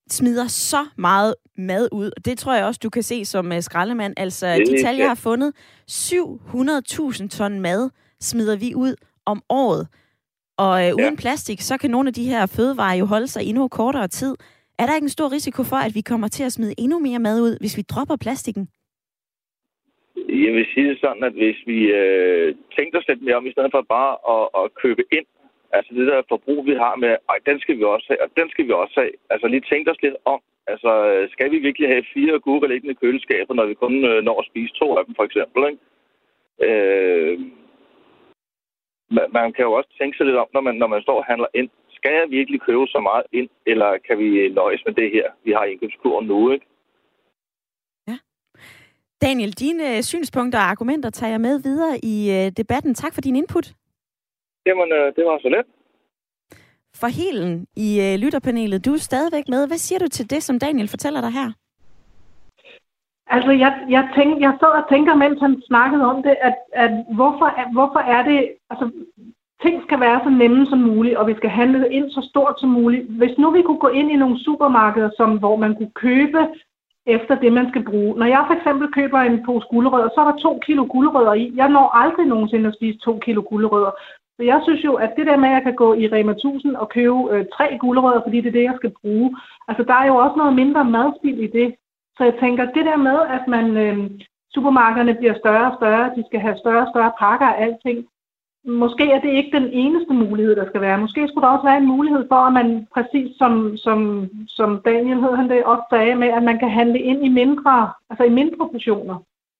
smider så meget mad ud. Det tror jeg også, du kan se som uh, skraldemand. Altså, det, de tal, jeg ja. har fundet, syv hundrede tusind ton mad smider vi ud om året. Og uh, uden ja. plastik, så kan nogle af de her fødevarer jo holde sig endnu kortere tid. Er der ikke en stor risiko for, at vi kommer til at smide endnu mere mad ud, hvis vi dropper plastikken? Jeg vil sige det sådan, at hvis vi øh, tænker os lidt mere om, i stedet for bare at, at købe ind, altså det der forbrug, vi har med, ej, den skal vi også have, og den skal vi også have. Altså lige tænke os lidt om. Altså, skal vi virkelig have fire agurker liggende i køleskabet, når vi kun øh, når at spise to af dem, for eksempel, ikke? Øh, man, man kan jo også tænke sig lidt om, når man, når man står og handler ind. Skal jeg virkelig købe så meget ind, eller kan vi nøjes med det her, vi har i indkøbskurven nu, ikke? Ja. Daniel, dine synspunkter og argumenter tager jeg med videre i øh, debatten. Tak for din input. Jamen, øh, det var så let. For Helen i øh, lytterpanelet, du er stadigvæk med. Hvad siger du til det, som Daniel fortæller dig her? Altså, jeg, jeg, tænk, jeg sad og tænker, mens han snakkede om det, at, at hvorfor, hvorfor er det... Altså, ting skal være så nemme som muligt, og vi skal handle det ind så stort som muligt. Hvis nu vi kunne gå ind i nogle supermarkeder, som, hvor man kunne købe efter det, man skal bruge. Når jeg for eksempel køber en pose gulerødder, så er der to kilo gulerødder i. Jeg når aldrig nogensinde at spise to kilo gulerødder. Så jeg synes jo, at det der med, at jeg kan gå i Rema tusind og købe øh, tre gulerødder, fordi det er det, jeg skal bruge. Altså, der er jo også noget mindre madspild i det. Så jeg tænker, det der med, at man øh, supermarkederne bliver større og større, de skal have større og større pakker af alting. Måske er det ikke den eneste mulighed, der skal være. Måske skulle der også være en mulighed for, at man præcis som, som, som Daniel hed han det også sagde med, at man kan handle ind i mindre, altså i mindre portioner.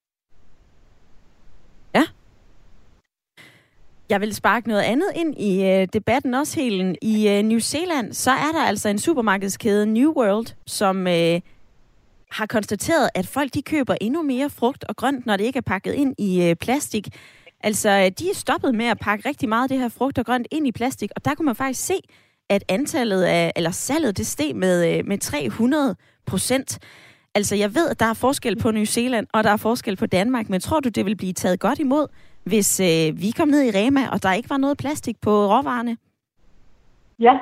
Ja. Jeg vil sparke noget andet ind i øh, debatten også, Helen. I øh, New Zealand, så er der altså en supermarkedskæde, New World, som øh, har konstateret, at folk de køber endnu mere frugt og grønt, når det ikke er pakket ind i øh, plastik. Altså, de er stoppet med at pakke rigtig meget af det her frugt og grønt ind i plastik, og der kunne man faktisk se, at antallet af, eller salget, det steg med, med tre hundrede procent. Altså, jeg ved, at der er forskel på New Zealand, og der er forskel på Danmark, men tror du, det vil blive taget godt imod, hvis øh, vi kom ned i Rema, og der ikke var noget plastik på råvarerne? Ja,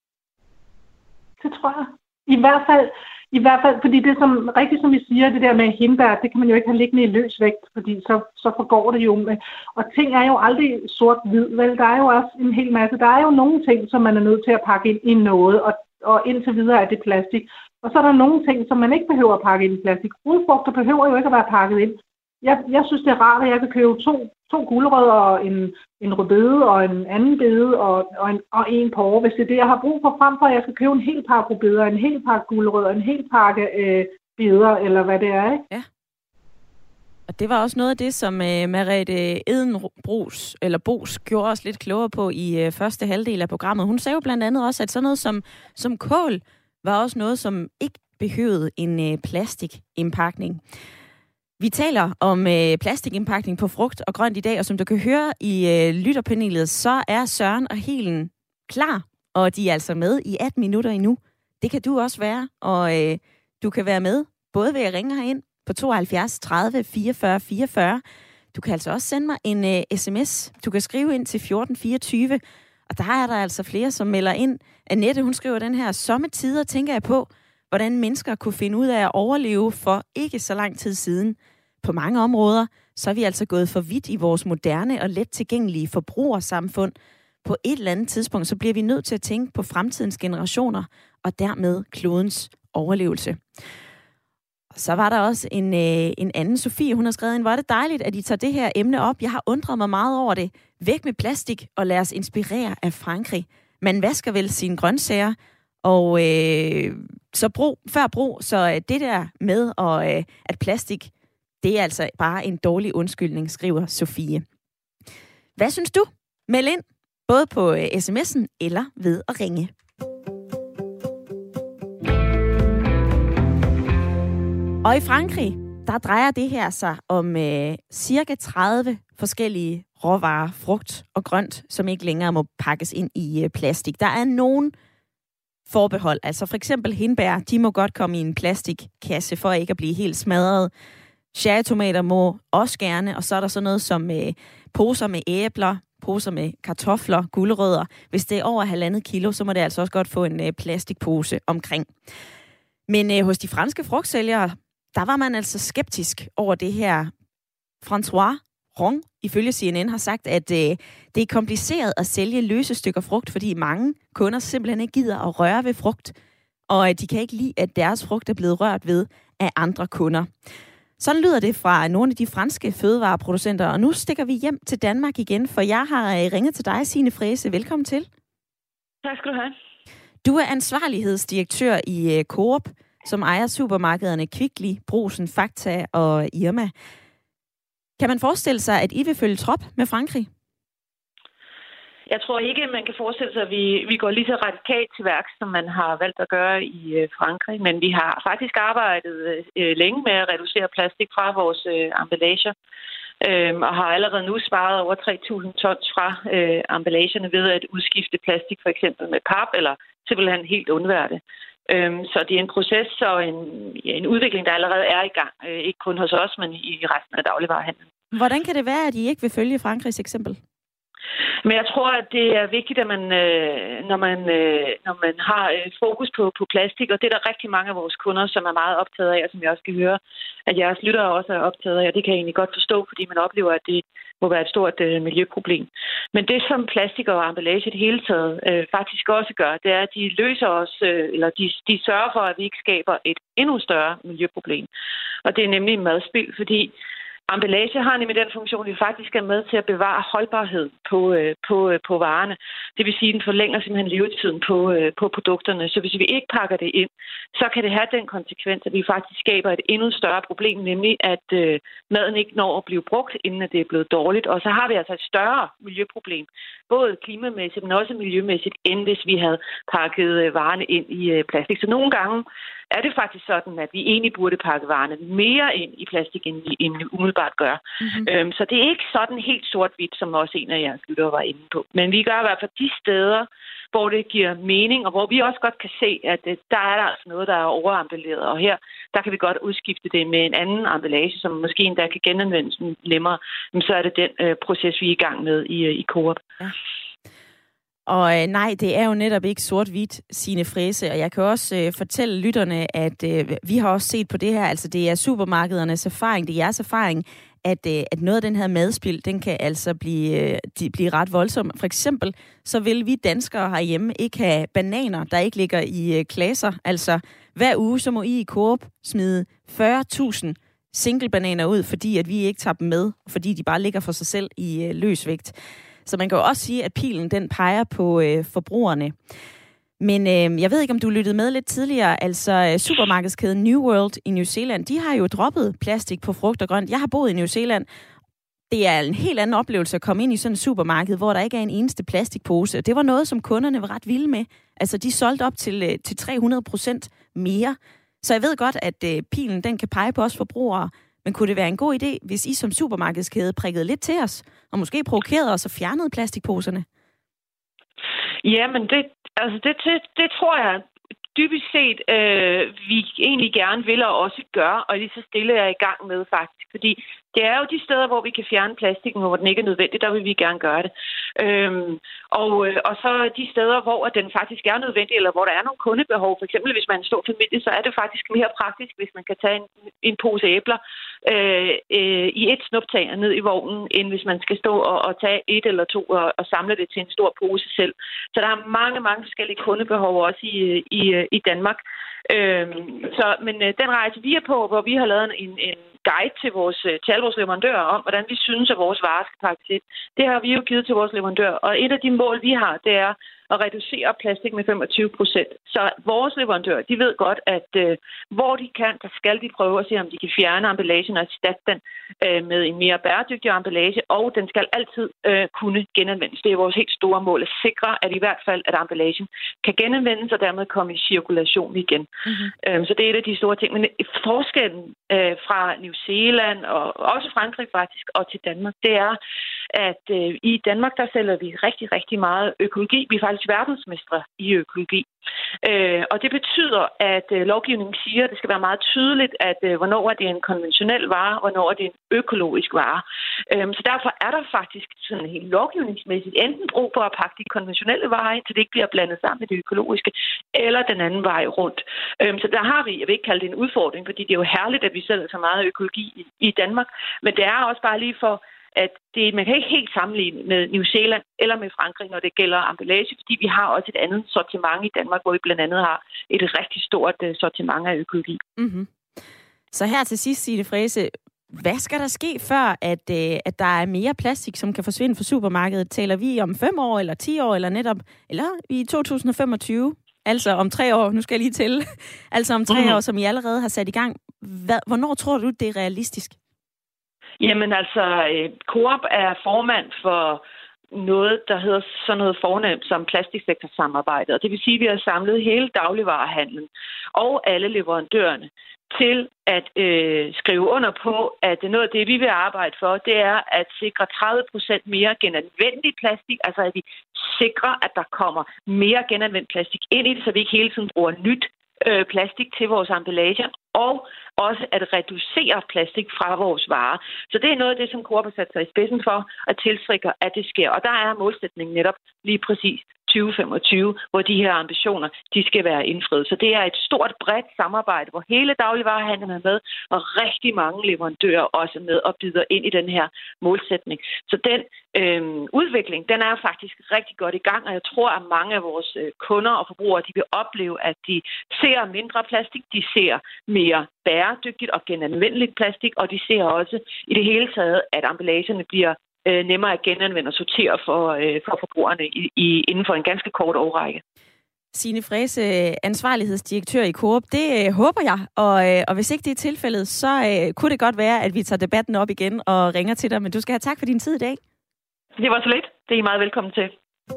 det tror jeg. I hvert fald, i hvert fald, fordi det som, rigtigt som vi siger, det der med hindbær, det kan man jo ikke have liggende i løs vægt, fordi så, så forgår det jo med. Og ting er jo aldrig sort-hvid, vel? Der er jo også en hel masse. Der er jo nogle ting, som man er nødt til at pakke ind i noget, og, og indtil videre er det plastik. Og så er der nogle ting, som man ikke behøver at pakke ind i plastik. Rugfrugter behøver jo ikke at være pakket ind. Jeg, jeg synes, det er rart, at jeg kan købe to, to gulerødder og en, en rødbede og en anden bede og, og, en, og en porre, hvis det er det, jeg har brug for, frem for at jeg skal købe en hel pakke rødbeder, en hel pakke gulerødder, en hel pakke øh, beder, eller hvad det er, ikke? Ja. Og det var også noget af det, som øh, Merete Edenbros, eller Bos, gjorde os lidt klogere på i øh, første halvdel af programmet. Hun sagde jo blandt andet også, at sådan noget som, som kål var også noget, som ikke behøvede en øh, plastikindpakning. Vi taler om øh, plastikindpakning på frugt og grønt i dag, og som du kan høre i øh, lytterpanelet, så er Søren og Helen klar, og de er altså med i atten minutter endnu. Det kan du også være, og øh, du kan være med, både ved at ringe herind på tooghalvfjerds tredive fireogfyrre fireogfyrre. Du kan altså også sende mig en øh, sms. Du kan skrive ind til fjorten fireogtyve, og der er der altså flere, som melder ind. Annette, hun skriver den her, sommetider tænker jeg på, hvordan mennesker kunne finde ud af at overleve for ikke så lang tid siden. På mange områder, så er vi altså gået for vidt i vores moderne og let tilgængelige forbrugersamfund. På et eller andet tidspunkt, så bliver vi nødt til at tænke på fremtidens generationer, og dermed klodens overlevelse. Så var der også en, øh, en anden, Sofie, hun har skrevet ind, hvor er det dejligt, at I tager det her emne op. Jeg har undret mig meget over det. Væk med plastik, og lad os inspirere af Frankrig. Man vasker vel sine grøntsager, og øh, så brug, før brug, så det der med, og, øh, at plastik, det er altså bare en dårlig undskyldning, skriver Sofie. Hvad synes du? Meld ind, både på øh, sms'en eller ved at ringe. Og i Frankrig, der drejer det her sig om øh, cirka tredive forskellige råvarer, frugt og grønt, som ikke længere må pakkes ind i øh, plastik. Der er nogen forbehold, altså for eksempel hindbær, de må godt komme i en plastikkasse for ikke at blive helt smadret. Cherrytomater må også gerne, og så er der sådan noget som øh, poser med æbler, poser med kartofler, gulerødder. Hvis det er over halvandet kilo, så må det altså også godt få en øh, plastikpose omkring. Men øh, hos de franske frugtsælgere, der var man altså skeptisk over det her. François Rong, ifølge C N N, har sagt, at øh, det er kompliceret at sælge løse stykker frugt, fordi mange kunder simpelthen ikke gider at røre ved frugt, og at de kan ikke lide, at deres frugt er blevet rørt ved af andre kunder. Sådan lyder det fra nogle af de franske fødevareproducenter, og nu stikker vi hjem til Danmark igen, for jeg har ringet til dig, Signe Frese. Velkommen til. Tak skal du have. Du er ansvarlighedsdirektør i Coop, som ejer supermarkederne Kvickly, Brugsen, Fakta og Irma. Kan man forestille sig, at I vil følge trop med Frankrig? Jeg tror ikke, man kan forestille sig, at vi, vi går lige så radikalt til værks, som man har valgt at gøre i øh, Frankrig. Men vi har faktisk arbejdet øh, længe med at reducere plastik fra vores øh, emballager. Øh, og har allerede nu sparet over tre tusind tons fra øh, emballagerne ved at udskifte plastik for eksempel med pap, eller simpelthen helt undvære det. Øh, så det er en proces og en, ja, en udvikling, der allerede er i gang. Øh, ikke kun hos os, men i resten af dagligvarehandlen. Hvordan kan det være, at I ikke vil følge Frankrigs eksempel? Men jeg tror, at det er vigtigt, at man, øh, når, man, øh, når man har øh, fokus på, på plastik, og det er der rigtig mange af vores kunder, som er meget optaget af, og som jeg også kan høre, at jeres lyttere også er optaget af, og det kan jeg egentlig godt forstå, fordi man oplever, at det må være et stort øh, miljøproblem. Men det, som plastik og emballage i det hele taget øh, faktisk også gør, det er, at de løser os, øh, eller de, de sørger for, at vi ikke skaber et endnu større miljøproblem. Og det er nemlig madspild, fordi emballage har nemlig den funktion, at vi faktisk er med til at bevare holdbarhed på, øh, på, øh, på varerne. Det vil sige, at den forlænger simpelthen levetiden på, øh, på produkterne. Så hvis vi ikke pakker det ind, så kan det have den konsekvens, at vi faktisk skaber et endnu større problem, nemlig at øh, maden ikke når at blive brugt, inden at det er blevet dårligt. Og så har vi altså et større miljøproblem, både klimamæssigt, men også miljømæssigt, end hvis vi havde pakket øh, varerne ind i øh, plastik. Så nogle gange er det faktisk sådan, at vi egentlig burde pakke varerne mere ind i plastik, end vi, end vi umiddelbart gør. Mm-hmm. Øhm, så det er ikke sådan helt sort-hvidt, som også en af jeres lyttere var inde på. Men vi gør i hvert fald de steder, hvor det giver mening, og hvor vi også godt kan se, at øh, der er der altså noget, der er overemballeret. Og her, der kan vi godt udskifte det med en anden emballage, som måske endda kan genanvendes nemmere. Men så er det den øh, proces, vi er i gang med i, øh, i Coop. Ja. Og øh, nej, det er jo netop ikke sort-hvidt, Signe Frese, og jeg kan også øh, fortælle lytterne, at øh, vi har også set på det her, altså det er supermarkedernes erfaring, det er jeres erfaring, at, øh, at noget af den her madspild, den kan altså blive, øh, de, blive ret voldsom. For eksempel, så vil vi danskere herhjemme ikke have bananer, der ikke ligger i øh, klasser. Altså hver uge, så må I i Coop smide fyrre tusind single-bananer ud, fordi at vi ikke tager dem med, fordi de bare ligger for sig selv i øh, løsvægt. Så man kan jo også sige, at pilen den peger på øh, forbrugerne. Men øh, jeg ved ikke, om du lyttede med lidt tidligere. Altså supermarkedskæden New World i New Zealand, de har jo droppet plastik på frugt og grønt. Jeg har boet i New Zealand. Det er en helt anden oplevelse at komme ind i sådan et supermarked, hvor der ikke er en eneste plastikpose. Det var noget, som kunderne var ret vilde med. Altså de solgte op til, til tre hundrede procent mere. Så jeg ved godt, at øh, pilen den kan pege på os forbrugere. Men kunne det være en god idé, hvis I som supermarkedskæde prikkede lidt til os, og måske provokerede os og fjernede plastikposerne? Ja, men det, altså det, det, det tror jeg dybest set, øh, vi egentlig gerne vil og også gøre, og lige så stille er i gang med faktisk. Fordi det er jo de steder, hvor vi kan fjerne plastikken, hvor den ikke er nødvendig, der vil vi gerne gøre det. Øhm, og, og så de steder, hvor den faktisk er nødvendig, eller hvor der er nogle kundebehov. For eksempel, hvis man er en stor familie, så er det faktisk mere praktisk, hvis man kan tage en, en pose æbler øh, øh, i et snuptag ned i vognen, end hvis man skal stå og, og tage et eller to og, og samle det til en stor pose selv. Så der er mange, mange forskellige kundebehov også i, i, i Danmark. Øhm, så, men øh, den rejse, vi er på, hvor vi har lavet en, en guide til, vores, til alle vores leverandører om, hvordan vi synes, at vores varer skal pakkes ind. Det har vi jo givet til vores leverandører. Og et af de mål, vi har, det er at reducere plastik med femogtyve procent. Så vores leverandører, de ved godt, at øh, hvor de kan, der skal de prøve at se, om de kan fjerne emballagen og erstatte den øh, med en mere bæredygtig emballage, og den skal altid øh, kunne genanvendes. Det er vores helt store mål at sikre, at i hvert fald, at emballagen kan genanvendes og dermed komme i cirkulation igen. Mm-hmm. Øh, så det er et af de store ting. Men forskellen øh, fra New Zealand og også Frankrig faktisk og til Danmark, det er, at øh, i Danmark, der sælger vi rigtig, rigtig meget økologi. Vi er faktisk verdensmestre i økologi. Øh, og det betyder, at øh, lovgivningen siger, at det skal være meget tydeligt, at øh, hvornår er det en konventionel vare, hvornår er det en økologisk vare. Øh, så derfor er der faktisk sådan helt lovgivningsmæssigt enten brug for at pakke de konventionelle varer ind, så det ikke bliver blandet sammen med det økologiske, eller den anden vej rundt. Øh, så der har vi, jeg vil ikke kalde det en udfordring, fordi det er jo herligt, at vi sælger så meget økologi i, i Danmark, men det er også bare lige for at det, man kan ikke helt sammenligne med New Zealand eller med Frankrig, når det gælder emballage, fordi vi har også et andet sortiment i Danmark, hvor vi blandt andet har et rigtig stort sortiment af økologi. Mm-hmm. Så her til sidst, Signe Frese, hvad skal der ske, før at, øh, at der er mere plastik, som kan forsvinde fra supermarkedet? Taler vi om fem år, eller ti år, eller netop, eller i to tusind og femogtyve? Altså om tre år, nu skal jeg lige tælle. Altså om tre mm-hmm. år, som I allerede har sat i gang. Hvad, hvornår tror du, det er realistisk? Jamen altså, Coop er formand for noget, der hedder sådan noget fornemt som plastiksektorsamarbejdet. Og det vil sige, at vi har samlet hele dagligvarehandlen og alle leverandørerne til at øh, skrive under på, at noget af det, vi vil arbejde for, det er at sikre tredive procent mere genanvendelig plastik. Altså at vi sikrer, at der kommer mere genanvendt plastik ind i det, så vi ikke hele tiden bruger nyt øh, plastik til vores emballage, og også at reducere plastik fra vores varer. Så det er noget af det, som Coop har sat sig i spidsen for, at tilsikre, at det sker. Og der er målsætningen netop lige præcis tyve femogtyve, hvor de her ambitioner, de skal være indfriet. Så det er et stort, bredt samarbejde, hvor hele dagligvarehandlen er med, og rigtig mange leverandører også er med og byder ind i den her målsætning. Så den øh, udvikling, den er faktisk rigtig godt i gang, og jeg tror, at mange af vores øh, kunder og forbrugere, de vil opleve, at de ser mindre plastik, de ser mere bæredygtigt og genanvendeligt plastik, og de ser også i det hele taget, at emballagerne bliver øh, nemmere at genanvende og sortere for, øh, for forbrugerne i, i, inden for en ganske kort årrække. Signe Frese, ansvarlighedsdirektør i Coop, det øh, håber jeg, og, øh, og hvis ikke det er tilfældet, så øh, kunne det godt være, at vi tager debatten op igen og ringer til dig, men du skal have tak for din tid i dag. Det var så lidt. Det er I meget velkommen til.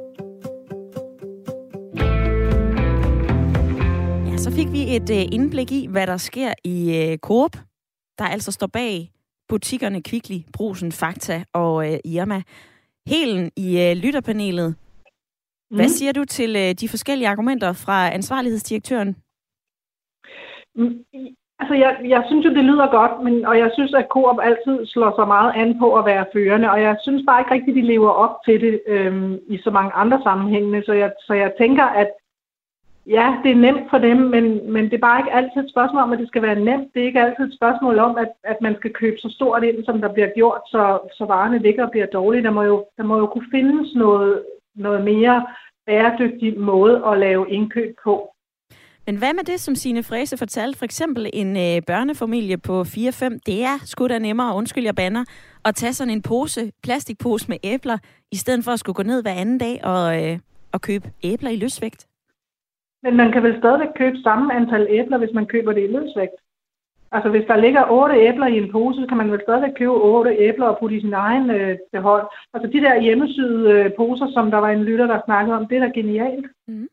Så fik vi et øh, indblik i, hvad der sker i øh, Coop, der altså står bag butikkerne Kvickly, Brugsen, Fakta og øh, Irma. Helen i øh, lytterpanelet. Mm. Hvad siger du til øh, de forskellige argumenter fra ansvarlighedsdirektøren? Mm, altså, jeg, jeg synes jo, det lyder godt, men, og jeg synes, at Coop altid slår så meget an på at være førende, og jeg synes bare ikke rigtigt, de lever op til det øh, i så mange andre sammenhænge. Så jeg, så jeg tænker, at ja, det er nemt for dem, men, men det er bare ikke altid et spørgsmål om, at det skal være nemt. Det er ikke altid et spørgsmål om, at, at man skal købe så stort ind, som der bliver gjort, så, så varerne ligger og bliver dårlige. Der må jo, der må jo kunne findes noget, noget mere bæredygtig måde at lave indkøb på. Men hvad med det, som Signe Frese fortalte? For eksempel en øh, børnefamilie på fire fem. Det er sgu da nemmere, undskyld jeg bander, at tage sådan en pose, plastikpose med æbler, i stedet for at skulle gå ned hver anden dag og, øh, og købe æbler i løsvægt. Men man kan vel stadigvæk købe samme antal æbler, hvis man køber det i løsvægt. Altså hvis der ligger otte æbler i en pose, så kan man vel stadigvæk købe otte æbler og putte i sin egen øh, behold. Altså de der hjemmesyede øh, poser, som der var en lytter, der snakkede om, det er da genialt. Mm.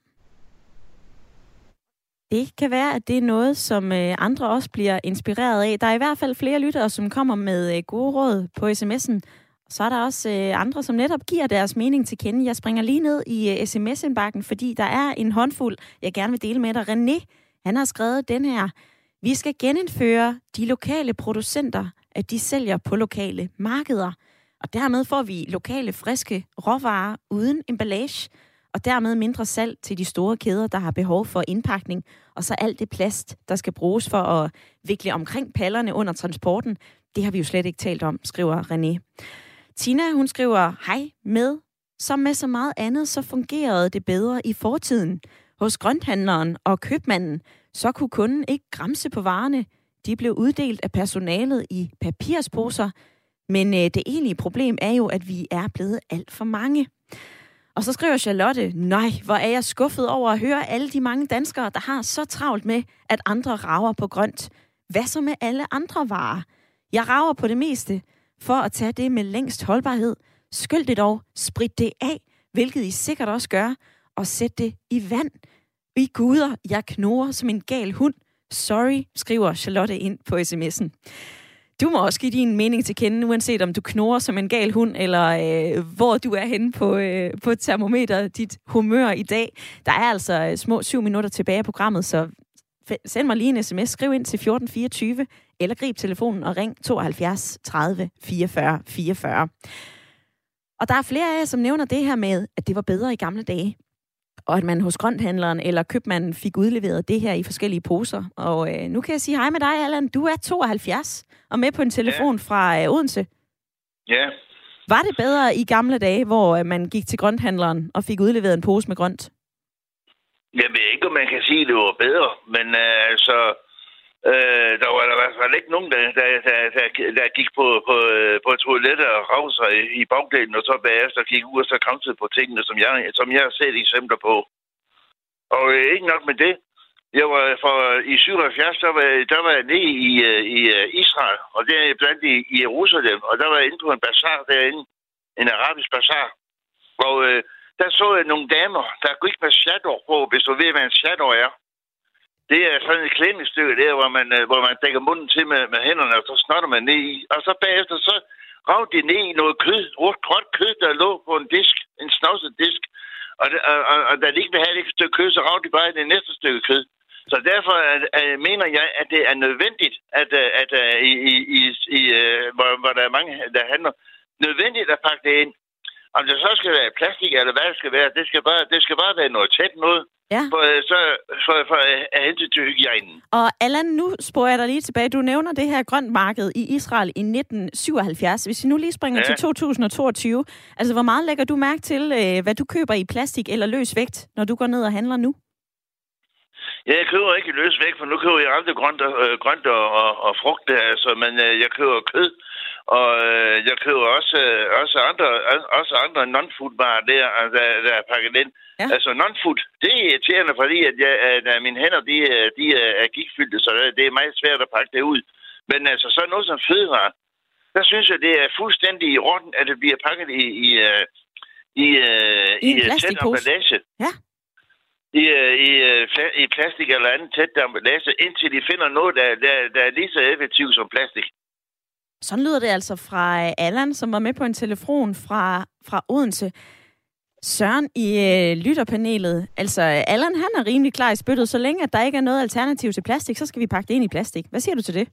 Det kan være, at det er noget, som øh, andre også bliver inspireret af. Der er i hvert fald flere lyttere, som kommer med øh, gode råd på sms'en. Så er der også øh, andre, som netop giver deres mening til kende. Jeg springer lige ned i øh, sms-indbakken, fordi der er en håndfuld, jeg gerne vil dele med dig. René, han har skrevet den her. Vi skal genindføre de lokale producenter, at de sælger på lokale markeder. Og dermed får vi lokale, friske råvarer uden emballage, og dermed mindre salg til de store kæder, der har behov for indpakning. Og så alt det plast, der skal bruges for at vikle omkring pallerne under transporten. Det har vi jo slet ikke talt om, skriver René. Tina, hun skriver, hej med. Som med så meget andet, så fungerede det bedre i fortiden. Hos grønthandleren og købmanden, så kunne kunden ikke gramse på varerne. De blev uddelt af personalet i papirsposer. Men øh, det egentlige problem er jo, at vi er blevet alt for mange. Og så skriver Charlotte, nej, hvor er jeg skuffet over at høre alle de mange danskere, der har så travlt med, at andre rager på grønt. Hvad så med alle andre varer? Jeg rager på det meste. For at tage det med længst holdbarhed, skyld det dog, sprit det af, hvilket I sikkert også gør, og sæt det i vand. I guder, jeg knurrer som en gal hund. Sorry, skriver Charlotte ind på sms'en. Du må også give din mening til kende, uanset om du knurrer som en gal hund, eller øh, hvor du er henne på, øh, på termometer, dit humør i dag. Der er altså øh, små syv minutter tilbage af programmet, så send mig lige en sms, skriv ind til fjorten fireogtyve, eller grib telefonen og ring tooghalvfjerds tredive fireogfyrre fireogfyrre. Og der er flere af jer, som nævner det her med, at det var bedre i gamle dage, og at man hos grønthandleren eller købmanden fik udleveret det her i forskellige poser. Og øh, nu kan jeg sige hej med dig, Allan. Du er tooghalvfjerds og med på en telefon ja. fra øh, Odense. Ja. Var det bedre i gamle dage, hvor øh, man gik til grønthandleren og fik udleveret en pose med grønt? Jeg ved ikke, om man kan sige, at det var bedre, men øh, altså, øh, der var der i hvert fald ikke nogen, der, der, der, der, der gik på, på, på toilettet og ravede sig i, i bagdelen, og så bagefter gik ud og så kramsede på tingene, som jeg, som jeg har set eksempler på. Og øh, ikke nok med det. Jeg var for, i syvoghalvfjerds, der var, der var jeg nede i, i Israel, og det er blandt i, i Jerusalem, og der var jeg inde på en bazar derinde, en arabisk bazar, og øh, der så jeg nogle damer, der gik med shadow på, hvis du ved, hvad en shadow er. Det er sådan et klædningsstykke der, hvor man, hvor man dækker munden til med, med hænderne, og så snotter man ned i. Og så bagefter, så ravede de ned i noget kød, rødt gråt kød, der lå på en disk, en snavset disk. Og, og, og, og da de ikke ville have et stykke kød, så ravede de bare i det næste stykke kød. Så derfor at, at, mener jeg, at det er nødvendigt, at, at, at i, i, i, i hvor, hvor der er mange, der handler, nødvendigt at pakke det ind. Om det så skal være plastik, eller hvad det skal være, det skal bare, det skal bare være noget tæt noget. Ja. For, så, for, for at hente til hygiejnen. Og Allan, nu spørger jeg dig lige tilbage. Du nævner det her grønt marked i Israel i nitten syvoghalvfjerds. Hvis vi nu lige springer ja. til to tusind og toogtyve, altså hvor meget lægger du mærke til, hvad du køber i plastik eller løs vægt, når du går ned og handler nu? Ja, jeg køber ikke løs vægt, for nu køber jeg aldrig grønt og, øh, grønt og, og, og frugt, altså, men øh, jeg køber kød. Og øh, jeg køber også, øh, også andre, også andre non-food-varer der, der, der er pakket ind. Ja. Altså non-food, det er irriterende, fordi at, jeg, at mine hænder, de, de er gigtfyldte, så det er meget svært at pakke det ud. Men altså så noget som fødevarer, der synes jeg, det er fuldstændig i orden, at det bliver pakket i, i, i, i, i i tæt emballage. Ja. I, i, i plastik eller andet tæt emballage, indtil de finder noget, der, der, der er lige så effektivt som plastik. Sådan lyder det altså fra Allan, som var med på en telefon fra, fra Odense. Søren i øh, lytterpanelet. Altså, Allan, han er rimelig klar i spyttet. Så længe at der ikke er noget alternativ til plastik, så skal vi pakke det ind i plastik. Hvad siger du til det?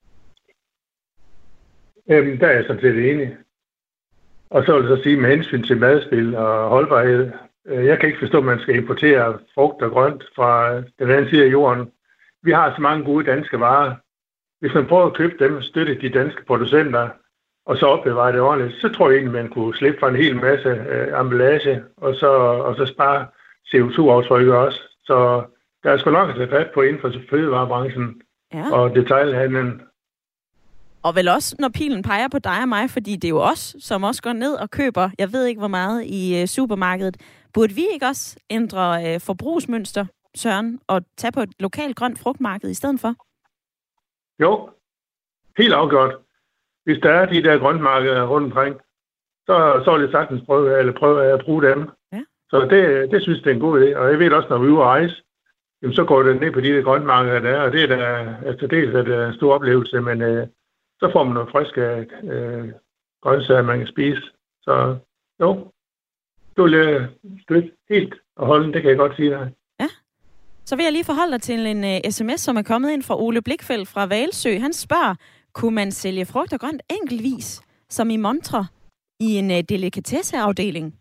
Jamen, der er jeg sådan set enig. Og så vil jeg så sige med hensyn til madspil og holdbarhed. Jeg kan ikke forstå, at man skal importere frugt og grønt fra den anden side af jorden. Vi har så mange gode danske varer. Hvis man prøver at købe dem og støtte de danske producenter, og så opbevare det ordentligt, så tror jeg egentlig, man kunne slippe for en hel masse øh, emballage, og så, og så spare C O to aftrykket også. Så der er sgu nok at tage fat på inden for fødevarebranchen ja. og detailhandlen. Og vel også, når pilen peger på dig og mig, fordi det er jo os, som også går ned og køber, jeg ved ikke hvor meget, i øh, supermarkedet. Burde vi ikke også ændre øh, forbrugsmønster, Søren, og tage på et lokalt grønt frugtmarked i stedet for? Jo, helt afgjort. Hvis der er de der grøntmarkeder rundt omkring, så, så vil jeg sagtens prøve, eller prøve at bruge dem. Ja. Så det, det synes jeg, det er en god idé. Og jeg ved også, når vi er ude at rejse, jamen, så går det ned på de der grøntmarkeder der, og det er da altså, dels er det en stor oplevelse, men øh, så får man nogle friske øh, grøntsager, man kan spise. Så jo, du vil jeg støtte helt og holde, det kan jeg godt sige dig. Ja. Så vil jeg lige forholde dig til en uh, sms, som er kommet ind fra Ole Blikfeldt fra Valsø. Han spørger, kunne man sælge frugt og grønt enkeltvis, som i montre, i en uh, delikatesseafdeling?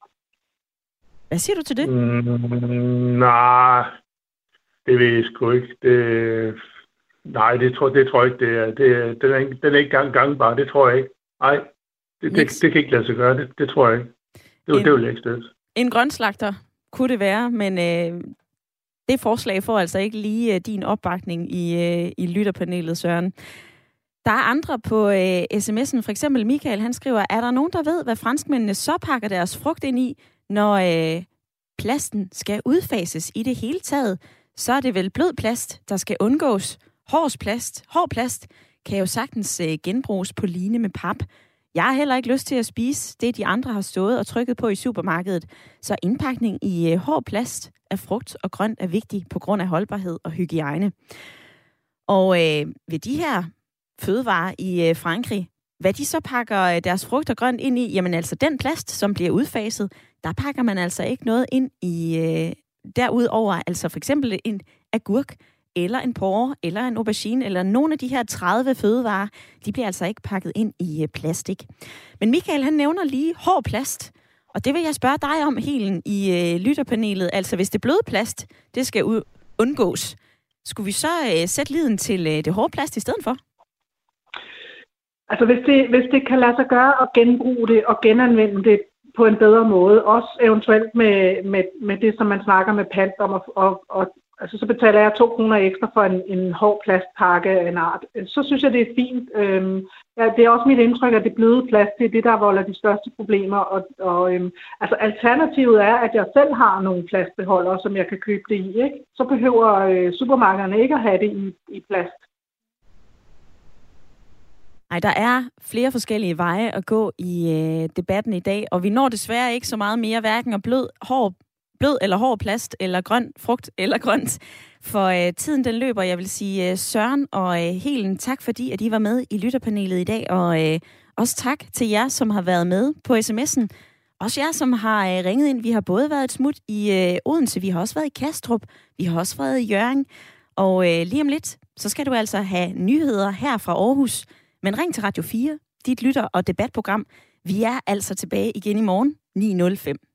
Hvad siger du til det? Mm, nej, det ved jeg sgu ikke. Det, nej, det tror, det tror jeg ikke, det er. Det, den, er ikke, den er ikke gang, gangbar, det tror jeg ikke. Nej, det, det, det kan ikke lade sig gøre, det, det tror jeg ikke. Det, en, det vil jeg ikke støtte. En grøntslagter kunne det være, men øh, det forslag får altså ikke lige øh, din opbakning i, øh, i lytterpanelet, Søren. Der er andre på øh, sms'en, for eksempel Michael, han skriver, er der nogen, der ved, hvad franskmændene så pakker deres frugt ind i, når øh, plasten skal udfases i det hele taget? Så er det vel blød plast, der skal undgås. Hård plast, hård plast kan jo sagtens øh, genbruges på line med pap. Jeg har heller ikke lyst til at spise det, de andre har stået og trykket på i supermarkedet. Så indpakning i øh, hård plast af frugt og grønt er vigtig på grund af holdbarhed og hygiejne. Og øh, ved de her fødevarer i øh, Frankrig. Hvad de så pakker øh, deres frugt og grønt ind i, jamen altså den plast, som bliver udfaset, der pakker man altså ikke noget ind i øh, derudover. Altså for eksempel en agurk, eller en porre, eller en aubergine, eller nogle af de her tredive fødevarer, de bliver altså ikke pakket ind i øh, plastik. Men Michael, han nævner lige hård plast. Og det vil jeg spørge dig om, Helen, i øh, lytterpanelet. Altså, hvis det bløde plast, det skal u- undgås, skulle vi så øh, sætte liden til øh, det hårde plast i stedet for? Altså, hvis det, hvis det kan lade sig gøre at genbruge det og genanvende det på en bedre måde, også eventuelt med, med, med det, som man snakker med pant om, og, og, og altså, så betaler jeg to kroner ekstra for en, en hård plastpakke af en art. Så synes jeg, det er fint. Øhm, ja, det er også mit indtryk, at det bløde plast, det er det, der volder de største problemer. Og, og, øhm, altså, alternativet er, at jeg selv har nogle plastbeholdere, som jeg kan købe det i. Ikke? Så behøver øh, supermarkederne ikke at have det i, i plast. Nej, der er flere forskellige veje at gå i øh, debatten i dag, og vi når desværre ikke så meget mere, hverken af blød, hård blød eller hård plast, eller grøn frugt, eller grønt. For øh, tiden den løber, jeg vil sige øh, Søren og øh, Helen, tak fordi, at I var med i lytterpanelet i dag, og øh, også tak til jer, som har været med på sms'en. Også jer, som har øh, ringet ind. Vi har både været et smut i øh, Odense, vi har også været i Kastrup, vi har også været i Hjørring, og øh, lige om lidt, så skal du altså have nyheder her fra Aarhus. Men ring til Radio fire, dit lytter- og debatprogram. Vi er altså tilbage igen i morgen ni nul fem.